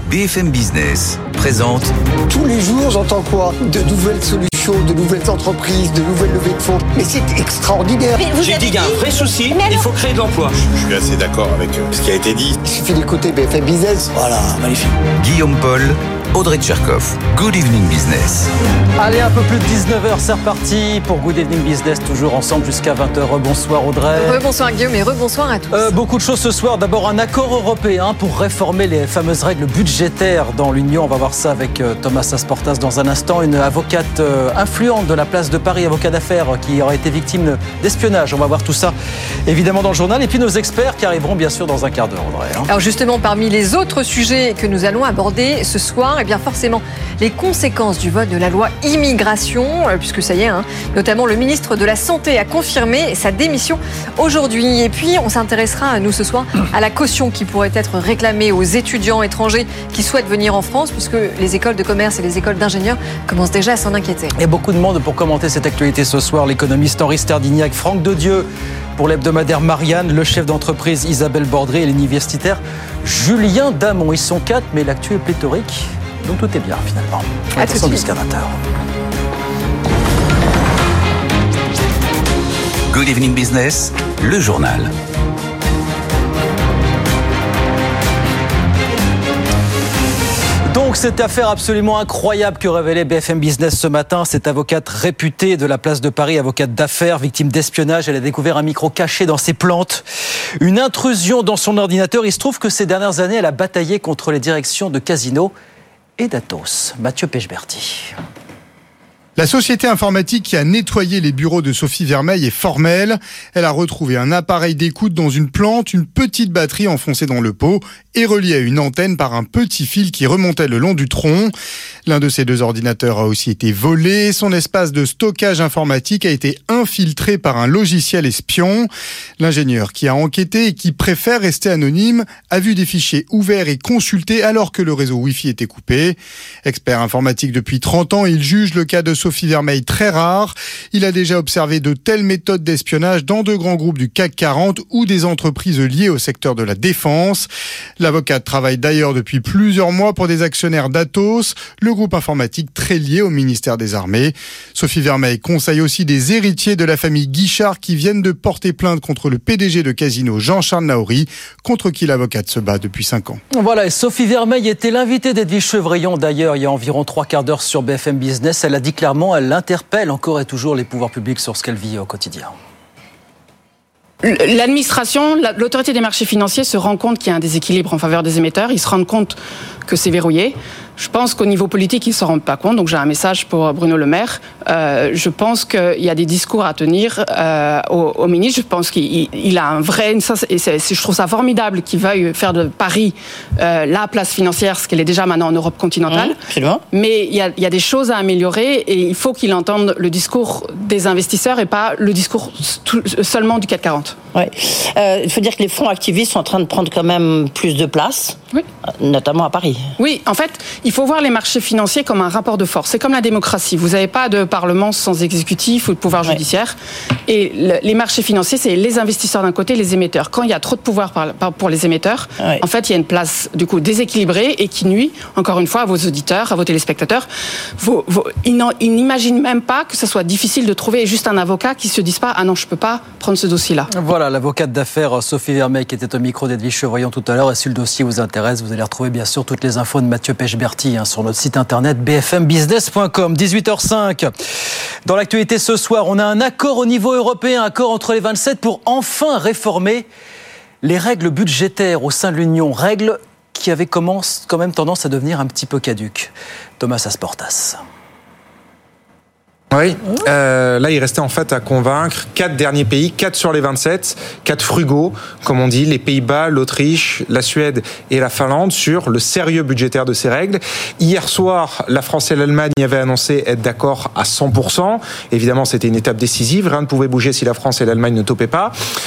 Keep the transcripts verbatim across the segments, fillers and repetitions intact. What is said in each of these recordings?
B F M Business présente. Tous les jours, j'entends quoi ? De nouvelles solutions, de nouvelles entreprises, de nouvelles levées de fonds. Mais c'est extraordinaire. J'ai dit qu'il y a un vrai souci, il faut créer de l'emploi. Je suis assez d'accord avec ce qui a été dit. Il suffit d'écouter B F M Business. Voilà, magnifique. Guillaume Paul, Audrey Tcherkov. Good evening business. Allez, un peu plus de dix-neuf heures, c'est reparti pour Good Evening Business, toujours ensemble jusqu'à vingt heures. Rebonsoir Audrey. Rebonsoir Guillaume et rebonsoir à tous. Euh, beaucoup de choses ce soir. D'abord, un accord européen pour réformer les fameuses règles budgétaires dans l'Union. On va voir ça avec euh, Thomas Asportas dans un instant. Une avocate euh, influente de la place de Paris, avocat d'affaires qui aurait été victime d'espionnage. On va voir tout ça évidemment dans le journal. Et puis nos experts qui arriveront bien sûr dans un quart d'heure, Audrey. Hein. Alors justement, parmi les autres sujets que nous allons aborder ce soir, eh bien forcément les conséquences du vote de la loi immigration, euh, puisque ça y est, hein, notamment le ministre de la Santé a confirmé sa démission aujourd'hui. Et puis on s'intéressera, nous ce soir, à la caution qui pourrait être réclamée aux étudiants étrangers qui souhaitent venir en France, puisque les écoles de commerce et les écoles d'ingénieurs commencent déjà à s'en inquiéter. Et beaucoup de monde pour commenter cette actualité ce soir. L'économiste Henri Sterdignac, Franck Dedieu pour l'hebdomadaire Marianne, le chef d'entreprise Isabelle Bordré et l'universitaire Julien Damon. Ils sont quatre, mais l'actu est pléthorique. Donc tout est bien finalement. À tout de suite. Jusqu'à vingt heures. Good evening business, le journal. Donc cette affaire absolument incroyable que révélait B F M Business ce matin, cette avocate réputée de la place de Paris, avocate d'affaires, victime d'espionnage, elle a découvert un micro caché dans ses plantes, une intrusion dans son ordinateur. Il se trouve que ces dernières années, elle a bataillé contre les directions de Casino et d'Atos. Mathieu Pechberti. La société informatique qui a nettoyé les bureaux de Sophie Vermeil est formelle. Elle a retrouvé un appareil d'écoute dans une plante, une petite batterie enfoncée dans le pot et reliée à une antenne par un petit fil qui remontait le long du tronc. L'un de ces deux ordinateurs a aussi été volé. Son espace de stockage informatique a été infiltré par un logiciel espion. L'ingénieur qui a enquêté et qui préfère rester anonyme a vu des fichiers ouverts et consultés alors que le réseau Wi-Fi était coupé. Expert informatique depuis trente ans, il juge le cas de Sophie Sophie Vermeil très rare. Il a déjà observé de telles méthodes d'espionnage dans de grands groupes du C A C quarante ou des entreprises liées au secteur de la défense. L'avocate travaille d'ailleurs depuis plusieurs mois pour des actionnaires d'Atos, le groupe informatique très lié au ministère des Armées. Sophie Vermeil conseille aussi des héritiers de la famille Guichard qui viennent de porter plainte contre le P D G de Casino, Jean-Charles Naouri, contre qui l'avocate se bat depuis cinq ans. Voilà, et Sophie Vermeil était l'invitée d'Edwige Chevrillon d'ailleurs il y a environ trois quarts d'heure sur B F M Business. Elle a dit clairement elle interpelle encore et toujours les pouvoirs publics sur ce qu'elle vit au quotidien. L'administration, l'autorité des marchés financiers se rend compte qu'il y a un déséquilibre en faveur des émetteurs. Ils se rendent compte que c'est verrouillé. Je pense qu'au niveau politique, ils ne s'en rendent pas compte. Donc j'ai un message pour Bruno Le Maire. Euh, je pense qu'il y a des discours à tenir euh, au, au ministre. Je pense qu'il il a un vrai... Ça, et c'est, je trouve ça formidable qu'il veuille faire de Paris euh, la place financière, ce qu'elle est déjà maintenant en Europe continentale. Mmh, Mais il y, a, il y a des choses à améliorer et il faut qu'il entende le discours des investisseurs et pas le discours tout, seulement du C A C quarante. Ouais. Euh, il faut dire que les fonds activistes sont en train de prendre quand même plus de place, oui. notamment à Paris. Oui, en fait, il faut voir les marchés financiers comme un rapport de force. C'est comme la démocratie. Vous n'avez pas de parlement sans exécutif ou de pouvoir judiciaire. Ouais. Et le, les marchés financiers, c'est les investisseurs d'un côté, les émetteurs. Quand il y a trop de pouvoir par, par, pour les émetteurs, ouais. en fait, il y a une place du coup déséquilibrée et qui nuit, encore une fois, à vos auditeurs, à vos téléspectateurs. Vos, vos, ils, ils n'imaginent même pas que ce soit difficile de trouver juste un avocat qui se dise pas « Ah non, je ne peux pas prendre ce dossier-là ». Voilà, l'avocate d'affaires Sophie Vermeil qui était au micro d'Edwige Chevrillon tout à l'heure. Et si le dossier vous intéresse, vous allez retrouver bien sûr toutes les infos de Mathieu Pechberti hein, sur notre site internet b f m business point com. dix-huit heures cinq. Dans l'actualité ce soir, on a un accord au niveau européen, accord entre les vingt-sept pour enfin réformer les règles budgétaires au sein de l'Union. Règles qui avaient commence, quand même tendance à devenir un petit peu caduques. Thomas Asportas. Oui, euh, là il restait en fait à convaincre quatre derniers pays, quatre sur les vingt-sept, quatre frugaux, comme on dit, les Pays-Bas, l'Autriche, la Suède et la Finlande, sur le sérieux budgétaire de ces règles. Hier soir, la France et l'Allemagne avaient annoncé être d'accord à cent pour cent. Évidemment, c'était une étape décisive, rien ne pouvait bouger si la France et l'Allemagne ne topaient pas.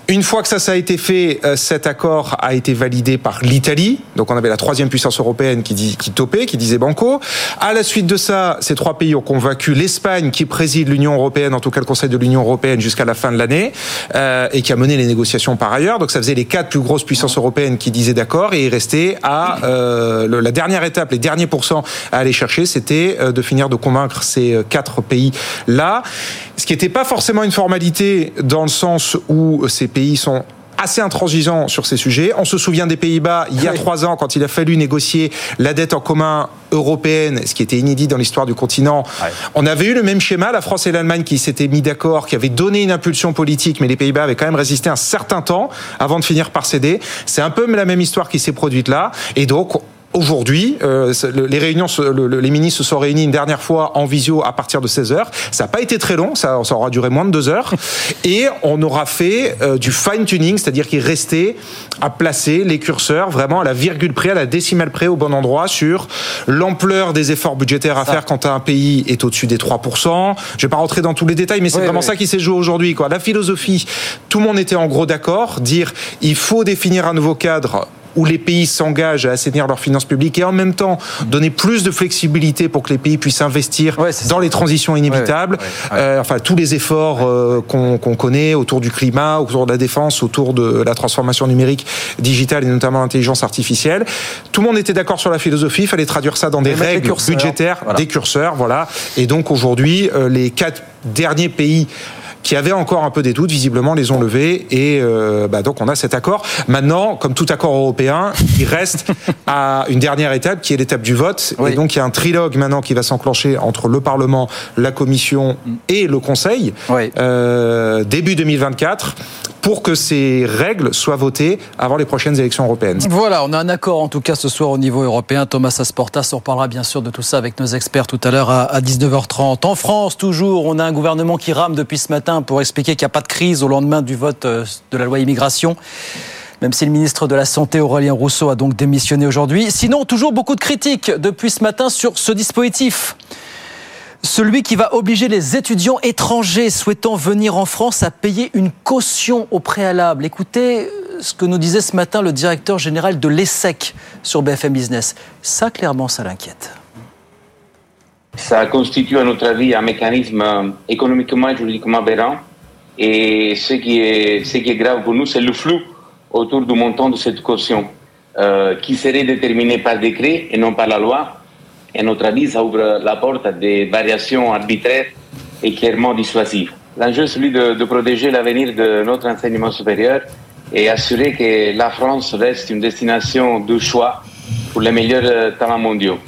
Une fois que ça, ça a été fait, cet accord a été validé par l'Italie. Donc on avait la troisième puissance européenne qui, dit, qui topait, qui disait banco. À la suite de ça, ces trois pays ont convaincu l'Espagne, qui préside l'Union européenne, en tout cas le Conseil de l'Union européenne, jusqu'à la fin de l'année, euh, et qui a mené les négociations par ailleurs. Donc ça faisait les quatre plus grosses puissances européennes qui disaient d'accord, et il restait à euh, le, la dernière étape, les derniers pourcents à aller chercher, c'était euh, de finir de convaincre ces quatre pays-là. Ce qui n'était pas forcément une formalité dans le sens où ces pays sont assez intransigeants sur ces sujets. On se souvient des Pays-Bas, il y a oui. trois ans, quand il a fallu négocier la dette en commun européenne, ce qui était inédit dans l'histoire du continent. Ouais. On avait eu le même schéma, la France et l'Allemagne qui s'étaient mis d'accord, qui avaient donné une impulsion politique, mais les Pays-Bas avaient quand même résisté un certain temps avant de finir par céder. C'est un peu la même histoire qui s'est produite là. Et donc, aujourd'hui, euh, les réunions, le, les ministres se sont réunis une dernière fois en visio à partir de seize heures. Ça n'a pas été très long, ça, ça aura duré moins de deux heures. Et on aura fait euh, du fine-tuning, c'est-à-dire qu'il restait à placer les curseurs vraiment à la virgule près, à la décimale près, au bon endroit sur l'ampleur des efforts budgétaires à ça. faire quand un pays est au-dessus des trois pour cent. Je ne vais pas rentrer dans tous les détails, mais c'est oui, vraiment oui. ça qui s'est joué aujourd'hui, quoi. La philosophie, tout le monde était en gros d'accord, dire il faut définir un nouveau cadre où les pays s'engagent à assainir leurs finances publiques et en même temps donner plus de flexibilité pour que les pays puissent investir ouais, dans ça. les transitions inévitables. Ouais, ouais, ouais. Euh, enfin, tous les efforts euh, qu'on, qu'on connaît autour du climat, autour de la défense, autour de la transformation numérique, digitale et notamment l'intelligence artificielle. Tout le monde était d'accord sur la philosophie. Il fallait traduire ça dans des règles budgétaires, voilà. des curseurs, voilà. Et donc aujourd'hui, euh, les quatre derniers pays qui avaient encore un peu des doutes, visiblement les ont levés et euh, bah donc on a cet accord. Maintenant, comme tout accord européen, il reste à une dernière étape qui est l'étape du vote. Oui. Et donc il y a un trilogue maintenant qui va s'enclencher entre le Parlement, la Commission et le Conseil oui. euh, début deux mille vingt-quatre pour que ces règles soient votées avant les prochaines élections européennes. Voilà, on a un accord en tout cas ce soir au niveau européen. Thomas Asportas, on reparlera bien sûr de tout ça avec nos experts tout à l'heure à dix-neuf heures trente. En France, toujours, on a un gouvernement qui rame depuis ce matin pour expliquer qu'il n'y a pas de crise au lendemain du vote de la loi immigration. Même si le ministre de la Santé, Aurélien Rousseau, a donc démissionné aujourd'hui. Sinon, toujours beaucoup de critiques depuis ce matin sur ce dispositif. Celui qui va obliger les étudiants étrangers souhaitant venir en France à payer une caution au préalable. Écoutez ce que nous disait ce matin le directeur général de l'ESSEC sur B F M Business. Ça, clairement, ça l'inquiète. Ça constitue, à notre avis, un mécanisme économiquement et juridiquement aberrant. Et ce qui est, ce qui est grave pour nous, c'est le flou autour du montant de cette caution, euh, qui serait déterminé par décret et non par la loi. Et à notre avis, ça ouvre la porte à des variations arbitraires et clairement dissuasives. L'enjeu est celui de, de protéger l'avenir de notre enseignement supérieur et assurer que la France reste une destination de choix pour les meilleurs talents mondiaux.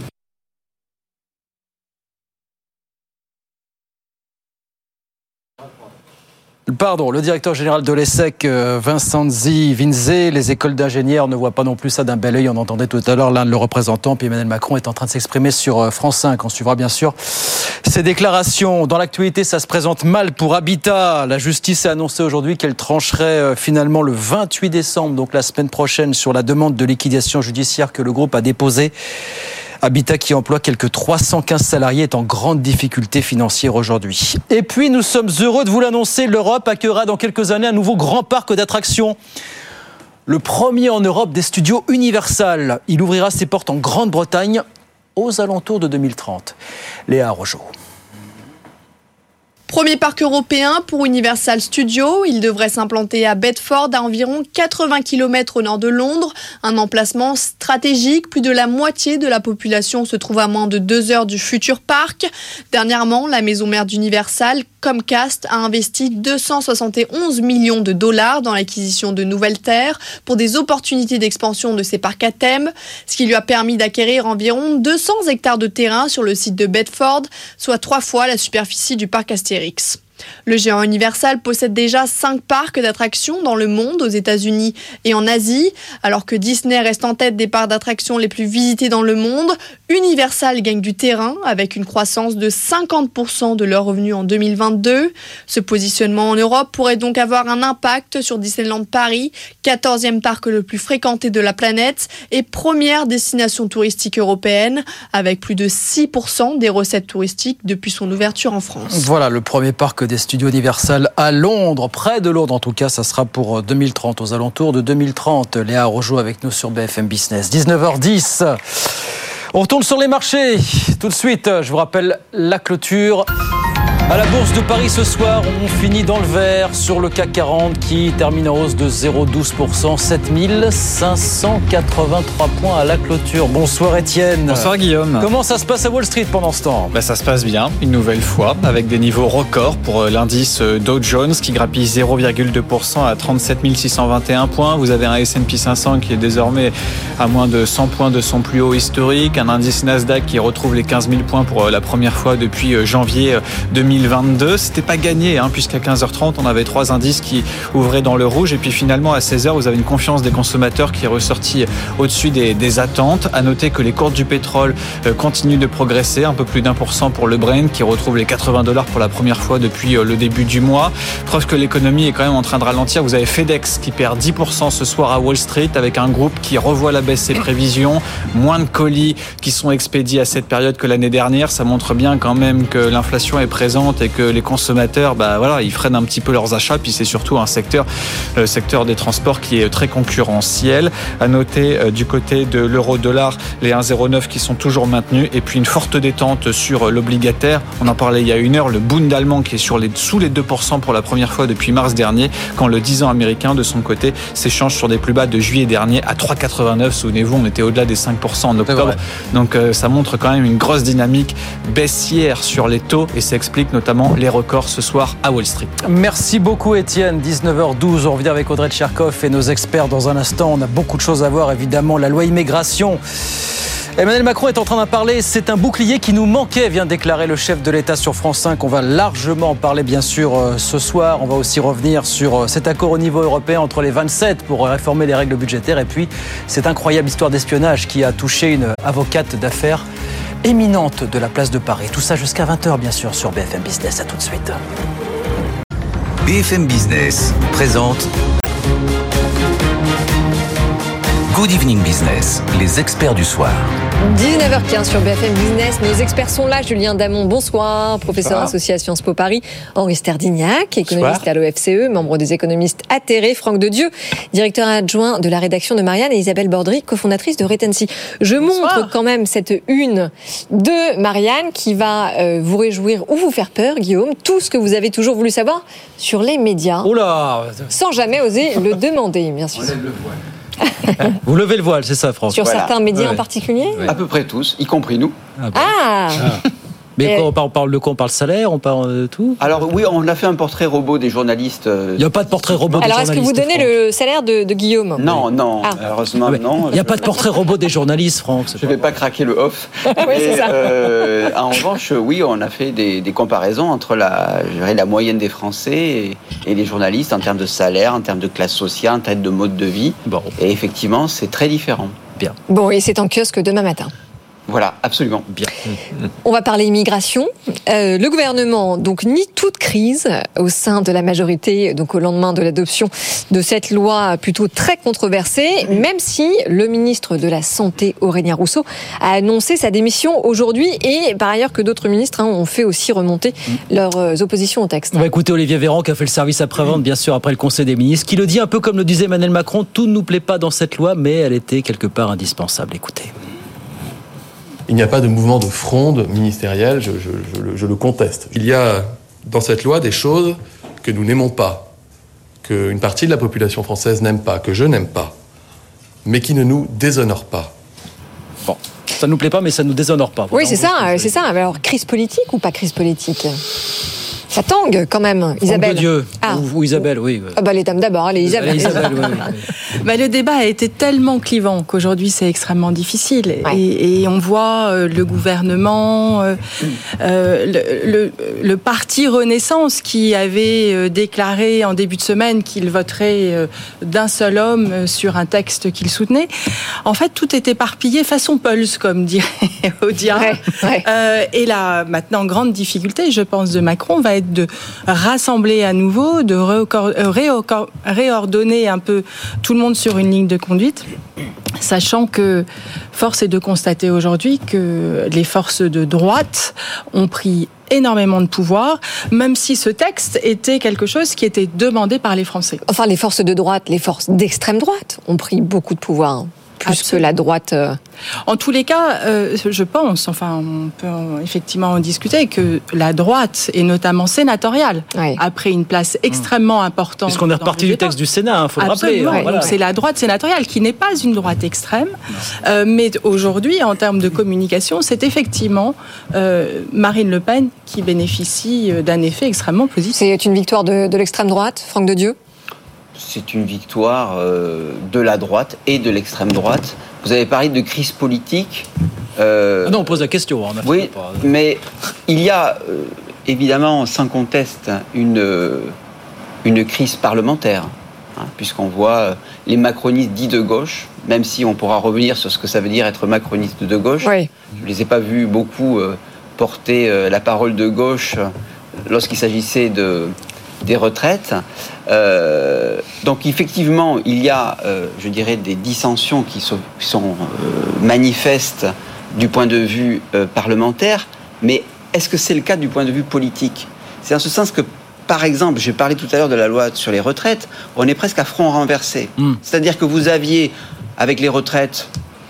Pardon, le directeur général de l'ESSEC, Vincenzi Vinze, les écoles d'ingénieurs ne voient pas non plus ça d'un bel œil. On entendait tout à l'heure l'un de leurs représentants, puis Emmanuel Macron est en train de s'exprimer sur France cinq. On suivra bien sûr ces déclarations. Dans l'actualité, ça se présente mal pour Habitat. La justice a annoncé aujourd'hui qu'elle trancherait finalement le vingt-huit décembre, donc la semaine prochaine, sur la demande de liquidation judiciaire que le groupe a déposée. Habitat, qui emploie quelques trois cent quinze salariés, est en grande difficulté financière aujourd'hui. Et puis, nous sommes heureux de vous l'annoncer, l'Europe accueillera dans quelques années un nouveau grand parc d'attractions. Le premier en Europe des studios Universal. Il ouvrira ses portes en Grande-Bretagne aux alentours de deux mille trente. Léa Rojo. Premier parc européen pour Universal Studios. Il devrait s'implanter à Bedford, à environ quatre-vingts kilomètres au nord de Londres. Un emplacement stratégique. Plus de la moitié de la population se trouve à moins de deux heures du futur parc. Dernièrement, la maison mère d'Universal, Comcast, a investi deux cent soixante et onze millions de dollars dans l'acquisition de nouvelles terres pour des opportunités d'expansion de ses parcs à thème, ce qui lui a permis d'acquérir environ deux cents hectares de terrain sur le site de Bedford, soit trois fois la superficie du parc Astérix. Le géant Universal possède déjà cinq parcs d'attractions dans le monde, aux États-Unis et en Asie. Alors que Disney reste en tête des parcs d'attractions les plus visités dans le monde, Universal gagne du terrain avec une croissance de cinquante pour cent de leurs revenus en deux mille vingt-deux. Ce positionnement en Europe pourrait donc avoir un impact sur Disneyland Paris, quatorzième parc le plus fréquenté de la planète et première destination touristique européenne, avec plus de six pour cent des recettes touristiques depuis son ouverture en France. Voilà le premier parc des studios Universal à Londres, près de Londres en tout cas, ça sera pour deux mille trente, aux alentours de deux mille trente. Léa rejoue avec nous sur B F M Business. dix-neuf heures dix. On retourne sur les marchés. Tout de suite, je vous rappelle la clôture. À la Bourse de Paris ce soir, on finit dans le vert sur le C A C quarante qui termine en hausse de zéro virgule douze pour cent, sept mille cinq cent quatre-vingt-trois points à la clôture. Bonsoir Étienne. Bonsoir Guillaume. Comment ça se passe à Wall Street pendant ce temps ? Ben, ça se passe bien, une nouvelle fois, avec des niveaux records pour l'indice Dow Jones qui grappille zéro virgule deux pour cent à trente-sept mille six cent vingt et un points. Vous avez un S and P cinq cents qui est désormais à moins de cent points de son plus haut historique, un indice Nasdaq qui retrouve les quinze mille points pour la première fois depuis janvier deux mille vingt-deux. C'était pas gagné, hein, puisqu'à quinze heures trente, on avait trois indices qui ouvraient dans le rouge. Et puis finalement, à seize heures, vous avez une confiance des consommateurs qui est ressortie au-dessus des, des attentes. À noter que les cours du pétrole euh, continuent de progresser, un peu plus d'un pour cent pour le Brent, qui retrouve les quatre-vingts dollars pour la première fois depuis euh, le début du mois. Preuve que l'économie est quand même en train de ralentir. Vous avez FedEx qui perd dix pour cent ce soir à Wall Street, avec un groupe qui revoit à la baisse ses prévisions. Moins de colis qui sont expédiés à cette période que l'année dernière. Ça montre bien quand même que l'inflation est présente et que les consommateurs, bah voilà, ils freinent un petit peu leurs achats. Puis c'est surtout un secteur, le secteur des transports, qui est très concurrentiel. À noter euh, du côté de l'euro-dollar, les un virgule zéro neuf qui sont toujours maintenus. Et puis une forte détente sur l'obligataire. On en parlait il y a une heure. Le Bund allemand qui est sur les, sous les deux pour cent pour la première fois depuis mars dernier, quand le dix ans américain, de son côté, s'échange sur des plus bas de juillet dernier à trois virgule quatre-vingt-neuf. Souvenez-vous, on était au-delà des cinq pour cent en octobre. Donc euh, ça montre quand même une grosse dynamique baissière sur les taux, et ça explique notamment les records ce soir à Wall Street. Merci beaucoup Étienne. dix-neuf heures douze, on revient avec Audrey Tcherkov et nos experts dans un instant. On a beaucoup de choses à voir, évidemment. La loi immigration. Emmanuel Macron est en train d'en parler. C'est un bouclier qui nous manquait, vient de déclarer le chef de l'État sur France cinq. On va largement en parler, bien sûr, ce soir. On va aussi revenir sur cet accord au niveau européen entre les vingt-sept pour réformer les règles budgétaires. Et puis, cette incroyable histoire d'espionnage qui a touché une avocate d'affaires éminente de la place de Paris. Tout ça jusqu'à vingt heures, bien sûr, sur B F M Business. À tout de suite. B F M Business présente Good Evening Business, les experts du soir. dix-neuf heures quinze sur B F M Business. Nos experts sont là. Julien Damon, bonsoir. Professeur bonsoir. Associé à Sciences Po Paris. Henri Sterdignac, économiste bonsoir. À l'O F C E, membre des économistes atterrés. Franck Dedieu, directeur adjoint de la rédaction de Marianne. Et Isabelle Bordry, cofondatrice de Retency. Je bonsoir. montre quand même cette une de Marianne qui va euh, vous réjouir ou vous faire peur, Guillaume. Tout ce que vous avez toujours voulu savoir sur les médias. Oula. Sans jamais oser le demander, bien sûr. On lève le voile. Vous levez le voile, c'est ça, Franck? Sur voilà. certains médias ouais. en particulier? ouais. À peu près tous, y compris nous. Ah, bon. ah. ah. Mais quand on parle, on parle de quoi? On parle salaire, on parle de tout? Alors oui, on a fait un portrait robot des journalistes. Il n'y a pas de portrait robot des Alors, journalistes. Alors est-ce que vous donnez Franck. le salaire de, de Guillaume? Non, non, ah. heureusement ah, non. Il n'y a pas de portrait robot des journalistes, Franck. Je ne vais pas craquer le off. oui, c'est ça. Euh, en revanche, oui, on a fait des, des comparaisons entre la, je dirais, la moyenne des Français et, et les journalistes en termes de salaire, en termes de classe sociale, en termes de mode de vie. Bon. Et effectivement, c'est très différent. Bien. Bon, et c'est en kiosque demain matin. Voilà, absolument. Bien. On va parler immigration. Euh, le gouvernement donc nie toute crise au sein de la majorité, donc au lendemain de l'adoption de cette loi plutôt très controversée, même si le ministre de la Santé, Aurélien Rousseau, a annoncé sa démission aujourd'hui, et par ailleurs que d'autres ministres hein, ont fait aussi remonter leurs oppositions au texte. On va écouter Olivier Véran qui a fait le service après-vente, bien sûr, après le Conseil des ministres, qui le dit un peu comme le disait Emmanuel Macron, tout ne nous plaît pas dans cette loi, mais elle était quelque part indispensable. Écoutez. Il n'y a pas de mouvement de fronde ministérielle, je, je, je, je le conteste. Il y a dans cette loi des choses que nous n'aimons pas, qu'une partie de la population française n'aime pas, que je n'aime pas, mais qui ne nous déshonorent pas. Bon, ça ne nous plaît pas, mais ça ne nous déshonore pas. Oui, c'est ça, c'est ça. Alors, crise politique ou pas crise politique ? Ça tangue quand même, Isabelle. Franck Dedieu, ah. ou, ou Isabelle, oui. Ah bah les dames d'abord, allez Isabelle. Isabelle oui, oui. Bah, le débat a été tellement clivant qu'aujourd'hui c'est extrêmement difficile. Ouais. Et, et on voit euh, le gouvernement, euh, euh, le, le, le parti Renaissance qui avait euh, déclaré en début de semaine qu'il voterait euh, d'un seul homme euh, sur un texte qu'il soutenait. En fait, tout est éparpillé façon Pulse, comme dirait Audia. Ouais, ouais. Euh, et la maintenant grande difficulté, je pense, de Macron va être de rassembler à nouveau, de réordonner un peu tout le monde sur une ligne de conduite, sachant que force est de constater aujourd'hui que les forces de droite ont pris énormément de pouvoir, même si ce texte était quelque chose qui était demandé par les Français. Enfin, les forces de droite, les forces d'extrême droite ont pris beaucoup de pouvoir, hein, plus Absolument. que la droite. Euh... En tous les cas, euh, je pense, enfin, on peut effectivement en discuter, que la droite, et notamment sénatoriale, oui. a pris une place extrêmement importante. Puisqu'on est reparti du texte du Sénat, il faut le rappeler. Absolument. Hein, voilà. Donc c'est la droite sénatoriale qui n'est pas une droite extrême, euh, mais aujourd'hui, en termes de communication, c'est effectivement euh, Marine Le Pen qui bénéficie d'un effet extrêmement positif. C'est une victoire de, de l'extrême droite, Franck Dedieu ? C'est une victoire euh, de la droite et de l'extrême droite. Vous avez parlé de crise politique. Euh, ah non, on pose la question. On a oui, pas... mais il y a euh, évidemment, sans conteste, une, une crise parlementaire, hein, puisqu'on voit les macronistes dits de gauche, même si on pourra revenir sur ce que ça veut dire être macroniste de gauche. Oui. Je ne les ai pas vus beaucoup euh, porter euh, la parole de gauche lorsqu'il s'agissait de... des retraites. Euh, donc effectivement, il y a, euh, je dirais, des dissensions qui sont, qui sont euh, manifestes du point de vue euh, parlementaire, mais est-ce que c'est le cas du point de vue politique ? C'est en ce sens que, par exemple, j'ai parlé tout à l'heure de la loi sur les retraites, on est presque à front renversé. Mmh. C'est-à-dire que vous aviez, avec les retraites,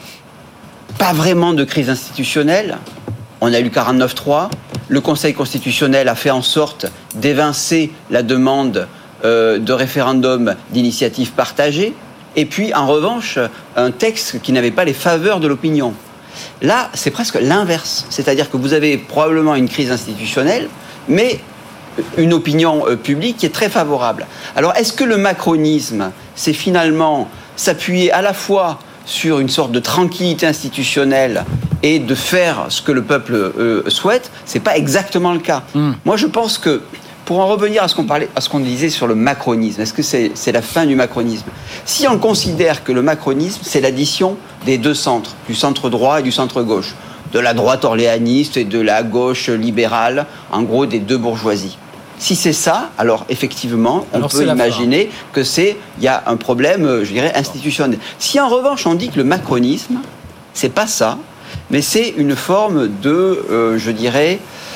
pas vraiment de crise institutionnelle. On a eu le quarante-neuf trois. Le Conseil constitutionnel a fait en sorte d'évincer la demande euh, de référendum d'initiative partagée. Et puis, en revanche, un texte qui n'avait pas les faveurs de l'opinion. Là, c'est presque l'inverse. C'est-à-dire que vous avez probablement une crise institutionnelle, mais une opinion euh, publique qui est très favorable. Alors, est-ce que le macronisme, c'est finalement s'appuyer à la fois sur une sorte de tranquillité institutionnelle et de faire ce que le peuple euh, souhaite? C'est pas exactement le cas. Mmh. Moi, je pense que, pour en revenir à ce qu'on parlait, à ce qu'on disait sur le macronisme, est-ce que c'est, c'est la fin du macronisme? Si on considère que le macronisme, c'est l'addition des deux centres, du centre droit et du centre gauche, de la droite orléaniste et de la gauche libérale, en gros des deux bourgeoisies. Si c'est ça, alors effectivement, on alors peut imaginer fin. que c'est, il y a un problème, je dirais, institutionnel. Si en revanche on dit que le macronisme, c'est pas ça, mais c'est une forme de, euh, je dirais,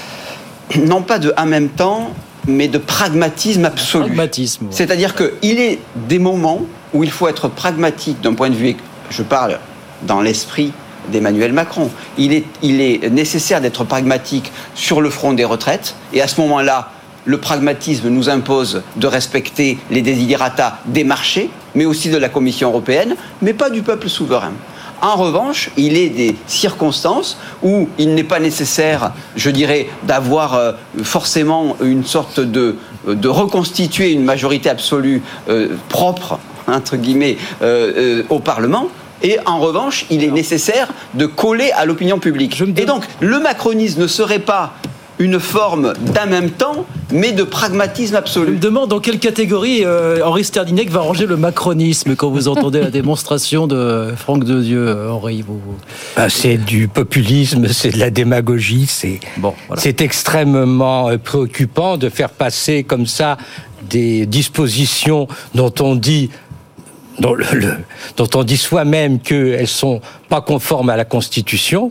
non pas de en même temps, mais de pragmatisme absolu. Pragmatisme. Ouais. C'est-à-dire qu'il est des moments où il faut être pragmatique d'un point de vue, je parle dans l'esprit d'Emmanuel Macron. Il est, il est nécessaire d'être pragmatique sur le front des retraites, et à ce moment-là, le pragmatisme nous impose de respecter les desiderata des marchés, mais aussi de la Commission européenne, mais pas du peuple souverain. En revanche, il est des circonstances où il n'est pas nécessaire, je dirais, d'avoir euh, forcément une sorte de, de reconstituer une majorité absolue euh, propre, entre guillemets, euh, euh, au Parlement. Et en revanche, il est nécessaire de coller à l'opinion publique. Et donc, le macronisme ne serait pas une forme d'en même temps, mais de pragmatisme absolu. Je me demande dans quelle catégorie euh, Henri Sterdinec va ranger le macronisme quand vous entendez la démonstration de Franck Dedieu, Henri. Vous... Ben, c'est du populisme, c'est de la démagogie, c'est, bon, voilà. C'est extrêmement préoccupant de faire passer comme ça des dispositions dont on dit dont, le, le, dont on dit soi-même qu'elles sont pas conformes à la Constitution.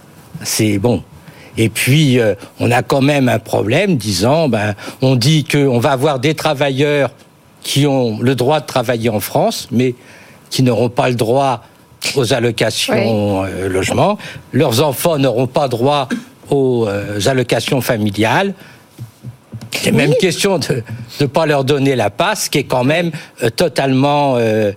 C'est bon. Et puis, euh, on a quand même un problème, disant, ben, on dit qu'on va avoir des travailleurs qui ont le droit de travailler en France, mais qui n'auront pas le droit aux allocations oui. euh, logement. Leurs enfants n'auront pas droit aux euh, allocations familiales. C'est oui. même question de ne pas leur donner la passe, qui est quand même euh, totalement... Euh,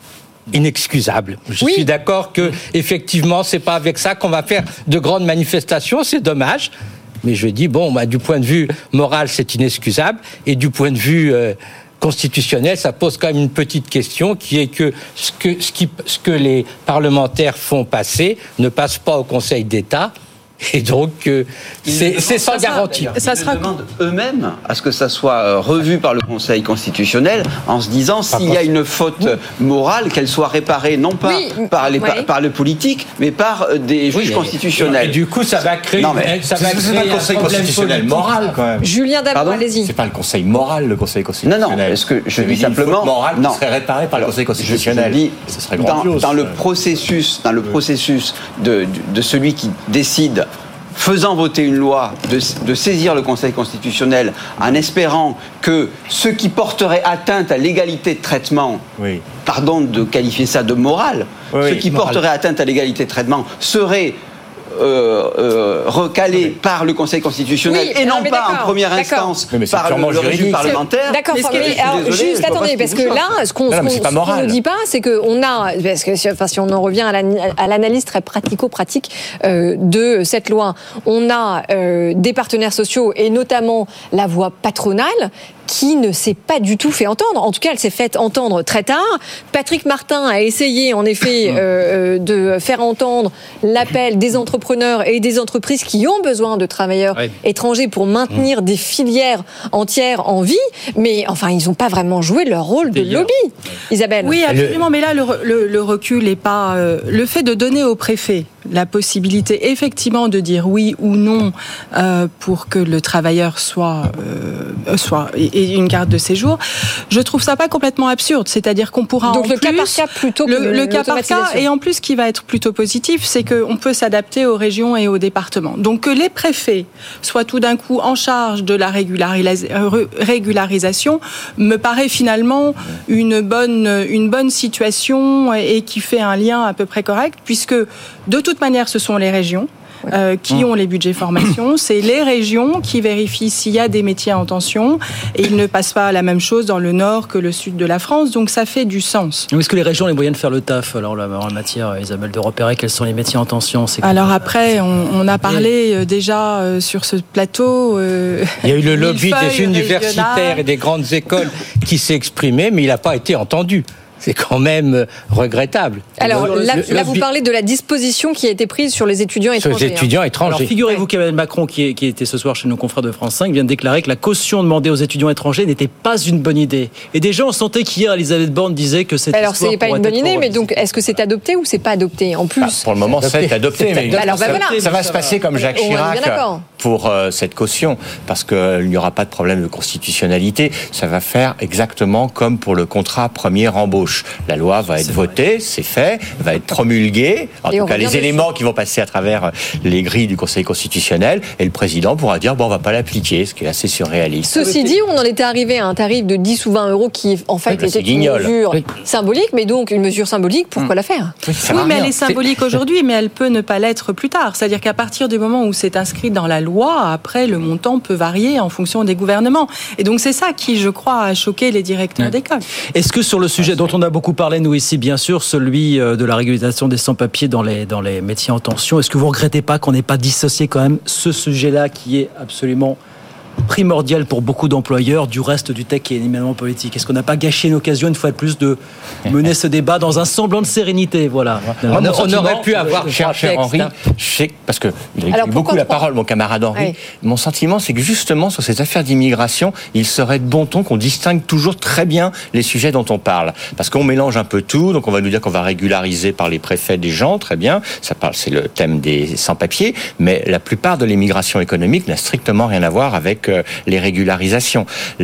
inexcusable. Je oui. suis d'accord que effectivement, c'est pas avec ça qu'on va faire de grandes manifestations, c'est dommage. Mais je dis bon, bah, du point de vue moral, c'est inexcusable, et du point de vue euh, constitutionnel, ça pose quand même une petite question qui est que ce que ce qui ce que les parlementaires font passer ne passe pas au Conseil d'État. Et donc, euh, c'est, c'est sans garantie. Ça Ils sera... demandent eux-mêmes à ce que ça soit revu par le Conseil constitutionnel en se disant pas s'il y a une faute oui. morale, qu'elle soit réparée non pas oui. par, les, oui. par, par le politique, mais par des juges oui, constitutionnels. Et, et du coup, ça va créer, non, mais, ça va créer c'est pas le Conseil constitutionnel moral, quand même. Julien Dabou, allez-y. C'est pas le Conseil moral, le Conseil constitutionnel. Non, non, est-ce que je dis simplement... moral non. serait réparé par le Conseil constitutionnel. Je, je dis, ce serait grandiose. Dans, dans le processus, dans le processus de, de, de celui qui décide faisant voter une loi, de, de saisir le Conseil constitutionnel en espérant que ce qui porterait atteinte à l'égalité de traitement, oui. pardon de qualifier ça de morale, oui, ce qui moral. porterait atteinte à l'égalité de traitement serait Euh, euh, recalé oui. par le Conseil constitutionnel oui, et non, non pas en première instance mais mais par le, le régime parlementaire. D'accord, mais, mais, mais alors, désolé, juste attendez, parce que là, ce qu'on non, ce qu'on ne dit pas, c'est qu'on a, parce que enfin, si on en revient à l'analyse très pratico-pratique euh, de cette loi, on a euh, des partenaires sociaux et notamment la voix patronale qui ne s'est pas du tout fait entendre. En tout cas, elle s'est faite entendre très tard. Patrick Martin a essayé, en effet, euh, de faire entendre l'appel des entrepreneurs et des entreprises qui ont besoin de travailleurs oui. étrangers pour maintenir mmh. des filières entières en vie. Mais enfin, ils n'ont pas vraiment joué leur rôle de lobby. Isabelle. Oui, absolument. Mais là, le, le, le recul n'est pas... Euh, le fait de donner au préfet la possibilité, effectivement, de dire oui ou non euh, pour que le travailleur soit... Euh, soit et une carte de séjour, je trouve ça pas complètement absurde. C'est-à-dire qu'on pourra donc en le plus... cas par cas plutôt que le, le cas par cas, et en plus, ce qui va être plutôt positif, c'est qu'on peut s'adapter aux régions et aux départements. Donc que les préfets soient tout d'un coup en charge de la régularis- régularisation me paraît finalement une bonne, une bonne situation et qui fait un lien à peu près correct, puisque de toute manière, ce sont les régions Euh, qui ont les budgets formation, c'est les régions qui vérifient s'il y a des métiers en tension et ils ne passent pas la même chose dans le nord que le sud de la France, donc ça fait du sens. Est-ce que les régions ont les moyens de faire le taf alors là, en matière, Isabelle, de repérer quels sont les métiers en tension? C'est alors après, on, on a parlé euh, déjà euh, sur ce plateau. Euh, Il y a eu le lobby des universitaires régionales et des grandes écoles qui s'est exprimé, mais il n'a pas été entendu. C'est quand même regrettable. Alors là, le, là, vous parlez de la disposition qui a été prise sur les étudiants étrangers. Sur les étudiants étrangers. Alors figurez-vous ouais. qu'Emmanuel Macron, qui, est, qui était ce soir chez nos confrères de France cinq, vient de déclarer que la caution demandée aux étudiants étrangers n'était pas une bonne idée. Et des gens ont senti qu'hier, Elisabeth Borne disait que c'était. Alors c'est pas une bonne idée, mais donc est-ce que c'est adopté ou c'est pas adopté en plus? Bah, pour le moment, c'est adopté. Mais bah, alors, bah, ça, voilà. ça va se passer comme Jacques Chirac pour euh, cette caution, parce qu'il n'y aura pas de problème de constitutionnalité. Ça va faire exactement comme pour le contrat première embauche. La loi va être votée, c'est fait, va être promulguée, en et tout cas les éléments qui vont passer à travers les grilles du Conseil constitutionnel, et le président pourra dire bon, on va pas l'appliquer, ce qui est assez surréaliste. Ceci dit, on en était arrivé à un tarif de dix ou vingt euros qui en fait oui, était une mesure oui. symbolique, mais donc une mesure symbolique, pourquoi mmh. la faire? Oui, oui mais elle est symbolique aujourd'hui, mais elle peut ne pas l'être plus tard. C'est-à-dire qu'à partir du moment où c'est inscrit dans la loi, après le montant peut varier en fonction des gouvernements. Et donc c'est ça qui, je crois, a choqué les directeurs ouais. d'école. Est-ce que sur le sujet dont on a beaucoup parlé, nous ici, bien sûr, celui de la régularisation des sans-papiers dans les, dans les métiers en tension, est-ce que vous ne regrettez pas qu'on n'ait pas dissocié quand même ce sujet-là qui est absolument primordial pour beaucoup d'employeurs du reste du texte qui est éminemment politique? Est-ce qu'on n'a pas gâché une occasion, une fois de plus, de mener ce débat dans un semblant de sérénité? Voilà. On, on, on aurait pu avoir cher, cher Henri, je sais, parce que il a eu beaucoup la parole, mon camarade Henri. Oui. Mon sentiment, c'est que justement, sur ces affaires d'immigration, il serait de bon ton qu'on distingue toujours très bien les sujets dont on parle. Parce qu'on mélange un peu tout, donc on va nous dire qu'on va régulariser par les préfets des gens, très bien, ça parle, c'est le thème des sans-papiers, mais la plupart de l'immigration économique n'a strictement rien à voir avec les régularisations.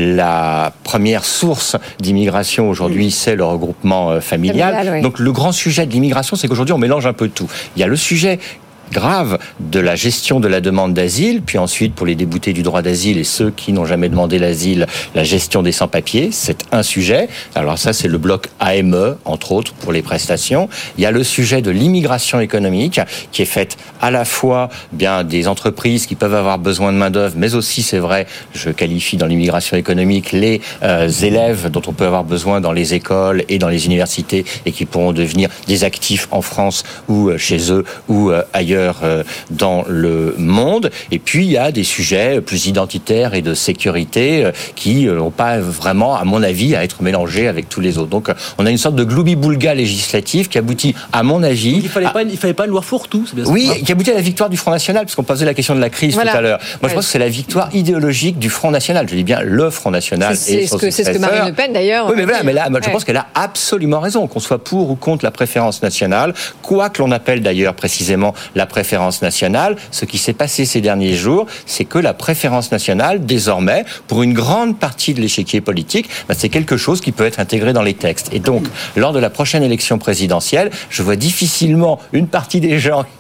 La première source d'immigration aujourd'hui, c'est le regroupement familial. familial oui. Donc le grand sujet de l'immigration, c'est qu'aujourd'hui on mélange un peu tout. Il y a le sujet grave de la gestion de la demande d'asile, puis ensuite pour les déboutés du droit d'asile et ceux qui n'ont jamais demandé l'asile, la gestion des sans-papiers, c'est un sujet. Alors ça, c'est le bloc A M E, entre autres, pour les prestations. Il y a le sujet de l'immigration économique, qui est faite à la fois bien des entreprises qui peuvent avoir besoin de main-d'œuvre, mais aussi, c'est vrai, je qualifie dans l'immigration économique les euh, élèves dont on peut avoir besoin dans les écoles et dans les universités et qui pourront devenir des actifs en France ou euh, chez eux ou euh, ailleurs dans le monde. Et puis, il y a des sujets plus identitaires et de sécurité qui n'ont pas vraiment, à mon avis, à être mélangés avec tous les autres. Donc, on a une sorte de gloubi-boulga législatif qui aboutit, à mon avis... Il ne fallait, à... fallait pas une loi fourre-tout, c'est bien ça. Oui, qui aboutit à la victoire du Front National, parce qu'on posait la question de la crise voilà. tout à l'heure. Moi, ouais. je pense que c'est la victoire idéologique du Front National. Je dis bien le Front National. C'est, et ce, que, c'est ce que Marine Le Pen, d'ailleurs... Oui, mais voilà, mais là, moi, je ouais. pense qu'elle a absolument raison, qu'on soit pour ou contre la préférence nationale, quoi que l'on appelle d'ailleurs précisément la préférence nationale, ce qui s'est passé ces derniers jours, c'est que la préférence nationale, désormais, pour une grande partie de l'échiquier politique, bah, c'est quelque chose qui peut être intégré dans les textes. Et donc, lors de la prochaine élection présidentielle, je vois difficilement une partie des gens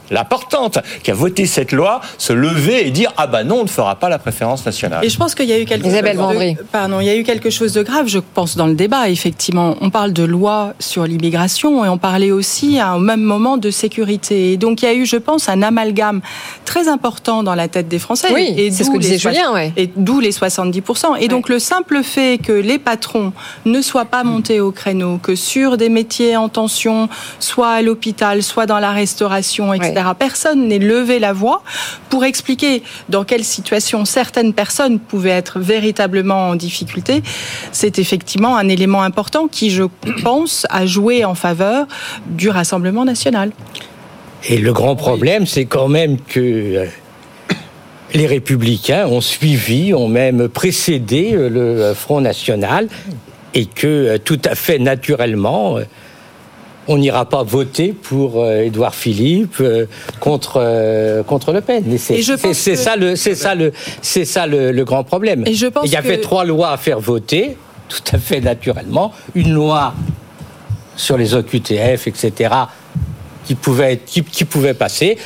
l'importante, qui a voté cette loi, se lever et dire ah bah non, on ne fera pas la préférence nationale. Et je pense qu'il y a eu quelque Isabelle chose de, pardon, il y a eu quelque chose de grave, je pense, dans le débat. Effectivement, on parle de loi sur l'immigration et on parlait aussi à, au même moment de sécurité. Et donc il y a eu, je pense, un amalgame très important dans la tête des Français. Oui, et c'est ce que disait Julien, ouais. Et d'où les soixante-dix pour cent. Et ouais. donc le simple fait que les patrons ne soient pas montés au créneau, que sur des métiers en tension, soit à l'hôpital, soit dans la restauration, et cetera. Ouais. Personne n'est levé la voix pour expliquer dans quelle situation certaines personnes pouvaient être véritablement en difficulté. C'est effectivement un élément important qui, je pense, a joué en faveur du Rassemblement national. Et le grand problème, c'est quand même que les Républicains ont suivi, ont même précédé le Front National et que tout à fait naturellement, on n'ira pas voter pour Édouard Philippe contre contre Le Pen. Et c'est, et je c'est, c'est que... ça le c'est ça le c'est ça le, le grand problème. Et je pense il y avait que... trois lois à faire voter, tout à fait naturellement, une loi sur les O Q T F, et cetera, qui pouvait qui, qui pouvait passer.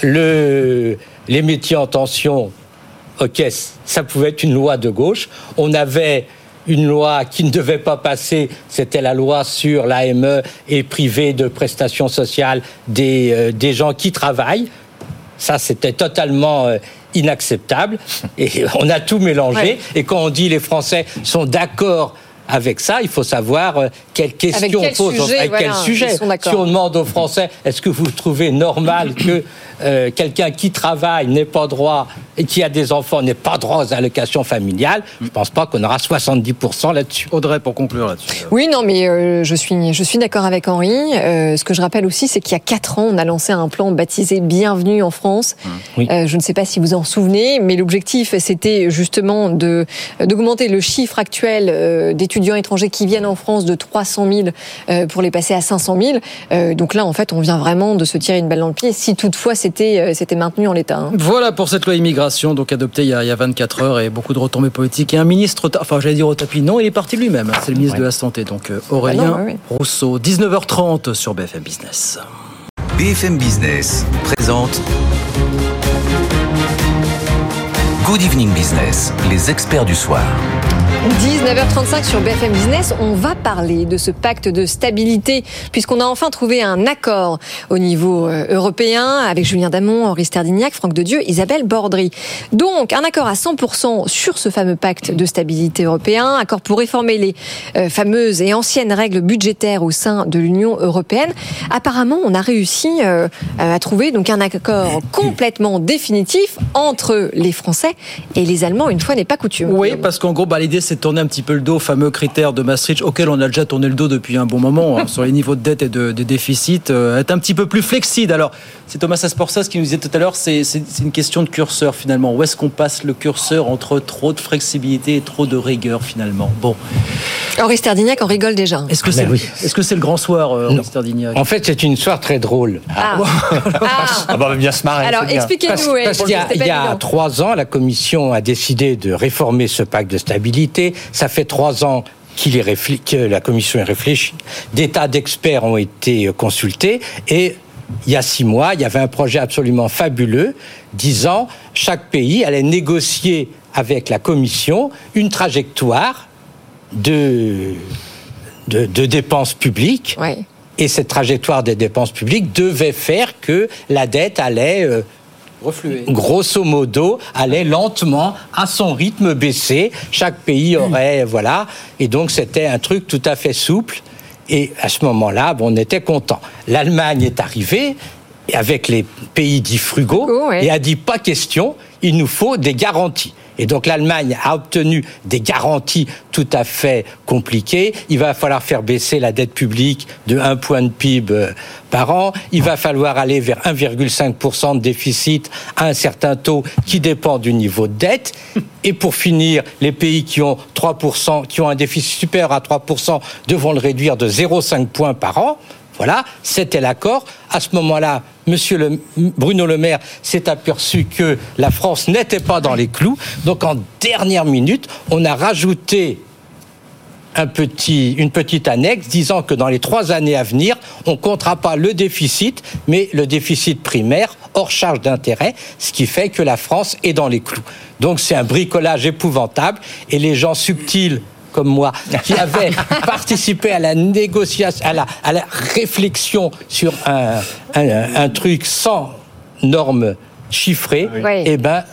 Le les métiers en tension, ok, ça pouvait être une loi de gauche. On avait une loi qui ne devait pas passer, c'était la loi sur l'A M E et priver de prestations sociales des, euh, des gens qui travaillent. Ça, c'était totalement euh, inacceptable. Et on a tout mélangé. Ouais. Et quand on dit les Français sont d'accord avec ça, il faut savoir euh, quelles questions on pose, sujet, avec voilà, quel sujet. Si on demande aux Français, est-ce que vous trouvez normal que euh, quelqu'un qui travaille n'ait pas droit et qui a des enfants n'ait pas droit aux allocations familiales, je ne pense pas qu'on aura soixante-dix pour cent là-dessus. Audrey, pour conclure là-dessus. Oui, non, mais euh, je suis, je suis d'accord avec Henri. Euh, ce que je rappelle aussi, c'est qu'il y a quatre ans, on a lancé un plan baptisé Bienvenue en France. Oui. Euh, je ne sais pas si vous en souvenez, mais l'objectif, c'était justement de, d'augmenter le chiffre actuel euh, d'étudiants étrangers qui viennent en France de trois cent mille euh, pour les passer à cinq cent mille. Euh, donc là, en fait, on vient vraiment de se tirer une balle dans le pied, si toutefois c'était, euh, c'était maintenu en l'état. Hein. Voilà pour cette loi immigration, donc adoptée il y, a, il y a vingt-quatre heures et beaucoup de retombées politiques. Et un ministre, enfin j'allais dire au tapis, non, il est parti lui-même. C'est le ministre ouais. de la Santé, donc euh, Aurélien ah non, ouais, ouais. Rousseau. dix-neuf heures trente sur B F M Business. B F M Business présente Good Evening Business, les experts du soir. dix-neuf heures trente-cinq sur B F M Business, on va parler de ce pacte de stabilité puisqu'on a enfin trouvé un accord au niveau européen avec Julien Damon, Henri Sterdignac, Franck Dedieu, Isabelle Bordry. Donc un accord à cent pour cent sur ce fameux pacte de stabilité européen, accord pour réformer les euh, fameuses et anciennes règles budgétaires au sein de l'Union européenne. Apparemment, on a réussi euh, à trouver donc un accord complètement définitif entre les Français et les Allemands, une fois n'est pas coutume. Oui, parce qu'en gros, bah, l'idée c'est de tourner un petit peu le dos aux fameux critères de Maastricht auxquels on a déjà tourné le dos depuis un bon moment hein, sur les niveaux de dette et de, de déficit, euh, être un petit peu plus flexible. Alors, c'est Thomas Asportas qui nous disait tout à l'heure, c'est, c'est, c'est une question de curseur finalement. Où est-ce qu'on passe le curseur entre trop de flexibilité et trop de rigueur finalement? Bon. Henri Sterdignac en rigole déjà. Est-ce que c'est, oui. est-ce que c'est le grand soir, euh, Henri Sterdignac? En fait, c'est une histoire très drôle. Ah, ah. ah bah, on va bien se marrer. Alors, expliquez-nous. Parce, parce qu'il y a, il y a trois ans, la Commission a décidé de réformer ce pacte de stabilité. Ça fait trois ans qu'il est réfléchi, que la Commission est réfléchie. Des tas d'experts ont été consultés et il y a six mois, il y avait un projet absolument fabuleux disant chaque pays allait négocier avec la Commission une trajectoire de, de, de dépenses publiques. Ouais. Et cette trajectoire des dépenses publiques devait faire que la dette allait... Euh, refluer. Grosso modo, allait lentement, à son rythme baisser. Chaque pays aurait, mmh. voilà. Et donc, c'était un truc tout à fait souple. Et à ce moment-là, bon, on était content. L'Allemagne est arrivée avec les pays dits frugaux oh, ouais. et a dit pas question, il nous faut des garanties. Et donc l'Allemagne a obtenu des garanties tout à fait compliquées. Il va falloir faire baisser la dette publique de un point de P I B par an. Il va falloir aller vers un virgule cinq pour cent de déficit à un certain taux qui dépend du niveau de dette. Et pour finir, les pays qui ont trois pour cent, qui ont un déficit supérieur à trois pour cent devront le réduire de zéro virgule cinq points par an. Voilà, c'était l'accord. À ce moment-là, Monsieur le, Bruno Le Maire s'est aperçu que la France n'était pas dans les clous. Donc, en dernière minute, on a rajouté un petit, une petite annexe disant que dans les trois années à venir, on ne comptera pas le déficit, mais le déficit primaire hors charge d'intérêt, ce qui fait que la France est dans les clous. Donc c'est un bricolage épouvantable et les gens subtils comme moi, qui avaient participé à la négociation, à la, à la réflexion sur un, un, un truc sans normes chiffrées, oui. eh ben,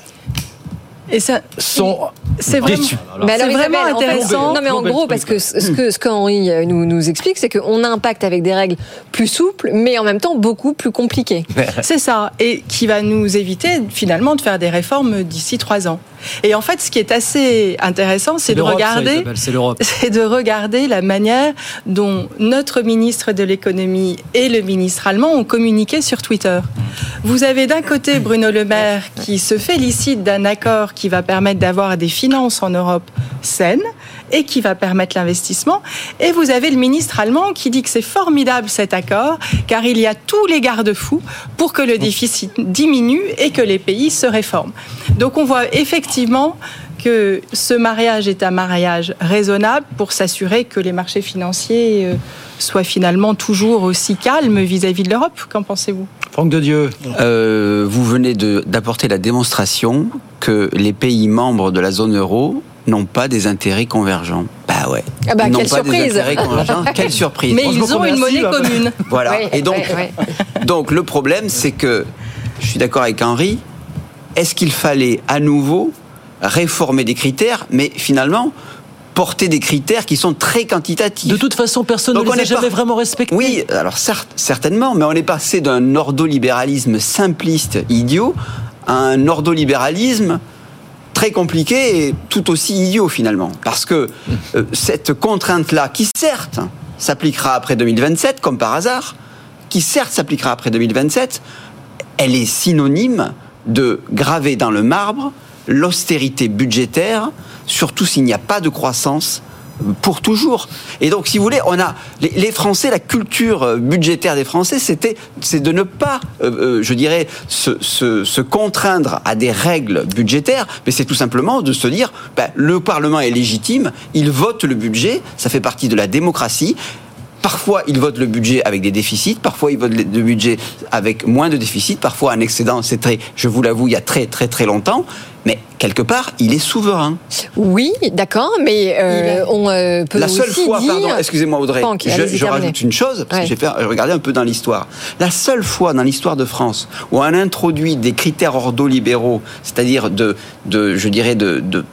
et ça, sont c'est vraiment, déçus. Mais alors, c'est vraiment Isabelle, intéressant. En fait, non, mais en gros, parce que ce que, ce qu'Henri nous, nous explique, c'est qu'on a un pacte avec des règles plus souples, mais en même temps beaucoup plus compliquées. C'est ça, et qui va nous éviter finalement de faire des réformes d'ici trois ans. Et en fait, ce qui est assez intéressant, c'est, c'est de regarder, ça, c'est, l'Europe. c'est de regarder la manière dont notre ministre de l'économie et le ministre allemand ont communiqué sur Twitter. Vous avez d'un côté Bruno Le Maire qui se félicite d'un accord qui va permettre d'avoir des finances en Europe saines et qui va permettre l'investissement. Et vous avez le ministre allemand qui dit que c'est formidable cet accord, car il y a tous les garde-fous pour que le déficit diminue et que les pays se réforment. Donc on voit effectivement que ce mariage est un mariage raisonnable pour s'assurer que les marchés financiers soient finalement toujours aussi calmes vis-à-vis de l'Europe. Qu'en pensez-vous ? Franck Dedieu. Euh, vous venez de, d'apporter la démonstration que les pays membres de la zone euro n'ont pas des intérêts convergents. Bah ouais. Ah bah, ils n'ont quelle pas surprise. des intérêts convergents. Quelle surprise. Mais ils ont une monnaie commune. Voilà. Ouais, Et donc, ouais, ouais. donc le problème, c'est que je suis d'accord avec Henri. Est-ce qu'il fallait à nouveau réformer des critères, mais finalement porter des critères qui sont très quantitatifs. De toute façon, personne donc ne les a jamais pas... vraiment respectés. Oui, alors certes, certainement, mais on est passé d'un ordolibéralisme simpliste, idiot, à un ordolibéralisme très compliqué et tout aussi idiot finalement. Parce que euh, cette contrainte-là, qui certes s'appliquera après deux mille vingt-sept, comme par hasard, qui certes s'appliquera après deux mille vingt-sept, elle est synonyme de graver dans le marbre l'austérité budgétaire, surtout s'il n'y a pas de croissance pour toujours. Et donc, si vous voulez, on a les, les Français, la culture budgétaire des Français, c'était, c'est de ne pas, euh, je dirais, se, se, se contraindre à des règles budgétaires, mais c'est tout simplement de se dire, ben, le Parlement est légitime, il vote le budget, ça fait partie de la démocratie. Parfois, ils votent le budget avec des déficits, parfois ils votent le budget avec moins de déficits, parfois un excédent, c'est très, je vous l'avoue, il y a très très très longtemps, mais quelque part, il est souverain. Oui, d'accord, mais euh, on euh, peut La seule aussi fois, dire... pardon, excusez-moi Audrey, Franck, je, je rajoute une chose, parce ouais. que j'ai fait regarder un peu dans l'histoire. La seule fois dans l'histoire de France où on a introduit des critères ordolibéraux, c'est-à-dire de, de je dirais, de... de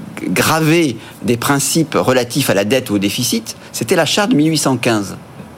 graver des principes relatifs à la dette ou au déficit, c'était la charte de mille huit cent quinze.